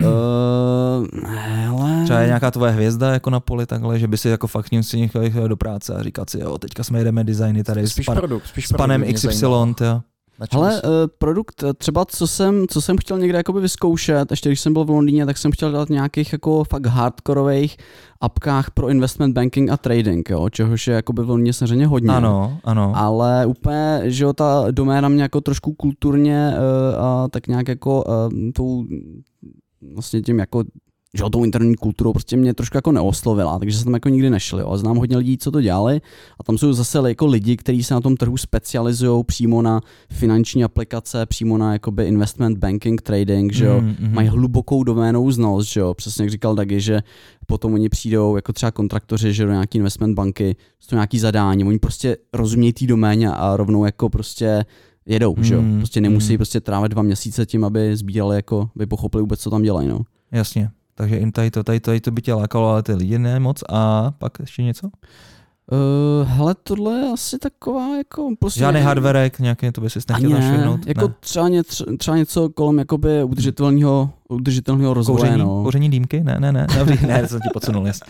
Hele. Třeba je nějaká tvoje hvězda jako na poli takhle, že by si jako fakt si nechal do práce a říkat si, jo, teďka jsme jedeme designy tady spíš s panem XY, jo. Ale produkt, třeba co jsem chtěl někde jakoby vyzkoušet, ještě když jsem byl v Londýně, tak jsem chtěl dělat nějakých jako fakt hardkorových apkách pro investment banking a trading, jo, čehož je jakoby v Londýně samozřejmě hodně. Ano. Ale úplně, že jo, ta doména mě jako trošku kulturně a tak nějak jako tou vlastně tím jako že tou interní kulturou prostě mě trošku jako neoslovila, takže jsem tam jako nikdy nešel. Jo. A znám hodně lidí, co to dělali a tam jsou zase jako lidi, kteří se na tom trhu specializují přímo na finanční aplikace, přímo na jakoby investment banking, trading, že jo. Mají hlubokou doménou znalost, že jo. Přesně jak říkal Dagi, že potom oni přijdou jako třeba kontraktoři, že do nějaký investment banky, to nějaký zadání, oni prostě rozumějí té doméně a rovnou jako prostě jedou, že jo. Prostě nemusí prostě trávit 2 měsíce tím, aby sbírali jako, aby pochopili vůbec, co tam dělají, no. Jasně. Takže jim tady to by tě lákalo, ale ty lidi ne moc. A pak ještě něco? Hele, tohle je asi taková jako... Prostě žádný hardwarek, nějaký, to by si nechtěl našvihnout? Jako třeba něco kolem jakoby udržitelného rozvoje. Kouření dýmky? Ne, dobrý, ne, to jsem ti podsunul, jasně.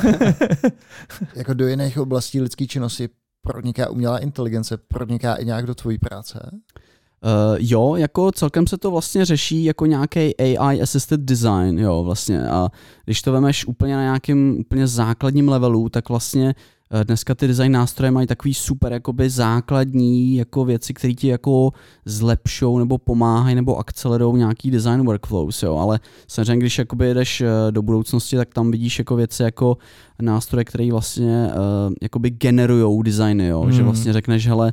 Jako do jiných oblastí lidské činnosti proniká umělá inteligence, proniká i nějak do tvojí práce? Jo, jako celkem se to vlastně řeší jako nějaký AI assisted design, jo, vlastně. A když to vemeš úplně na nějakým úplně základním levelu, tak vlastně dneska ty design nástroje mají takový super jakoby základní jako věci, které ti jako zlepšou nebo pomáhají nebo akcelerujou nějaký design workflows, jo, ale samozřejmě když jakoby jdeš do budoucnosti, tak tam vidíš jako věci jako nástroje, které vlastně jakoby generujou designy, jo, že vlastně řekneš, hele,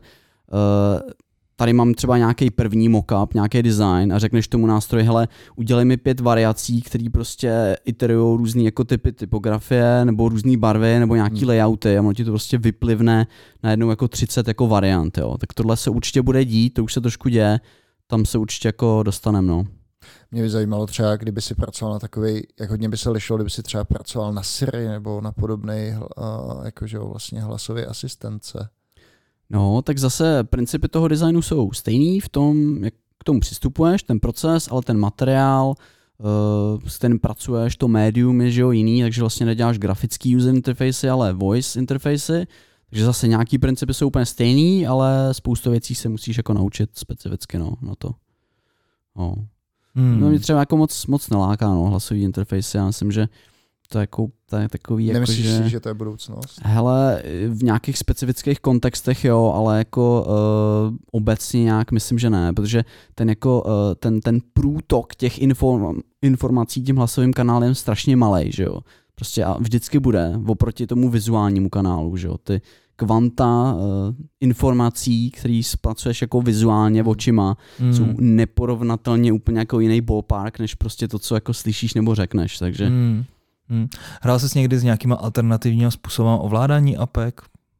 tady mám třeba nějaký první mockup, nějaký design a řekneš tomu nástroji, hele, udělej mi 5 variací, které prostě iterujou různý jako typy typografie nebo různý barvy nebo nějaký layouty a ono ti to prostě vyplivne najednou jako 30 jako variant, jo. Tak tohle se určitě bude dít, to už se trošku děje, tam se určitě jako dostaneme, no. Mě by zajímalo třeba, kdyby si pracoval na takovej, jak hodně by se lišilo, kdyby si třeba pracoval na Siri nebo na podobnej jakože vlastně hlasové asistence. No, tak zase principy toho designu jsou stejný v tom, jak k tomu přistupuješ, ten proces, ale ten materiál, s kterým pracuješ, to médium je, že jo, jiný, takže vlastně neděláš grafický user interface, ale voice interface, takže zase nějaký principy jsou úplně stejný, ale spoustu věcí se musíš jako naučit specificky, no, na to. No. No mě třeba jako moc neláká, no, hlasový interface, já myslím, že to je takový jako, nemyslíš si, že to je budoucnost? Hele, v nějakých specifických kontextech jo, ale jako obecně nějak myslím, že ne, protože ten jako ten průtok těch informací tím hlasovým kanálem je strašně malej, že jo. Prostě a vždycky bude oproti tomu vizuálnímu kanálu, že jo. Ty kvanta informací, který zpracuješ jako vizuálně očima, jsou neporovnatelně úplně jako jiný ballpark, než prostě to, co jako slyšíš nebo řekneš, takže... Hrál jsi někdy s nějakýma alternativníma způsobem ovládání apek?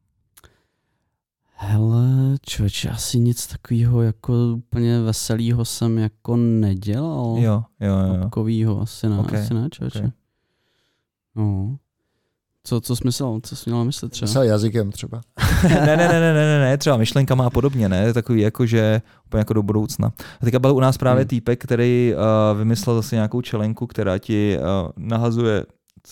Hele, člověče, asi nic takového jako úplně veselého jsem jako nedělal. Jo. Takovýho asi ne, člověče. Okay. No. Co jsi myslel? Co jsi měl myslet třeba? Myslel jazykem třeba. ne, třeba myšlenkama a podobně, ne? Takový jako, že úplně jako do budoucna. A teďka byl u nás právě týpek, který vymyslel zase nějakou čelenku, která ti nahazuje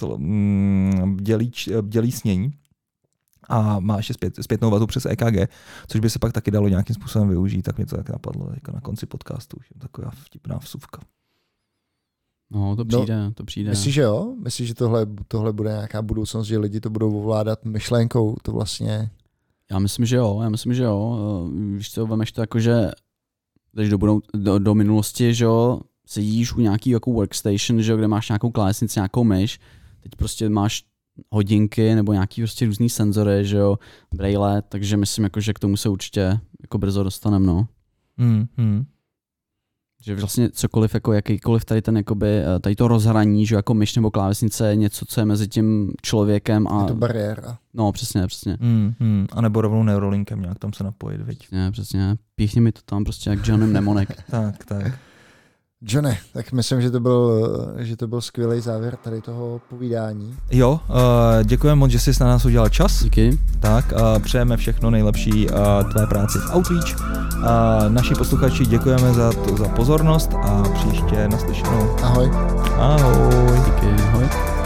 dělí snění a má ještě zpětnou vazbu přes EKG, což by se pak taky dalo nějakým způsobem využít, tak mě to tak napadlo jako na konci podcastu, už je taková vtipná vsuvka. No, to přijde. Myslíš, že jo? Myslíš, že tohle bude nějaká budoucnost, že lidi to budou ovládat myšlenkou, to vlastně... Já myslím, že jo. Víš co, vemeš to jako, že jdeš do minulosti, že jo, sedíš u nějaký jako workstation, že jo, kde máš nějakou klávesnici, nějakou myš, teď prostě máš hodinky nebo nějaký prostě různý senzory, že jo, braille, takže myslím jako, že k tomu se určitě jako brzo dostaneme, no. Že vlastně cokoliv, jako jakýkoliv tady ten jakoby, tady to rozhraní, že jako myš nebo klávesnice je něco, co je mezi tím člověkem a... Je to bariéra. No, přesně. A nebo rovnou neurolinkem nějak tam se napojit, viď? Přesně. Píchni mi to tam prostě jak Johnny Mnemonek. tak. Johnny, tak myslím, že to byl skvělý závěr tady toho povídání. Jo, děkujeme moc, že jsi na nás udělal čas. Díky. Tak, přejeme všechno nejlepší tvé práci v Outreach. Naši posluchači děkujeme za pozornost a příště naslyšenou. Ahoj. Ahoj. Díky, ahoj.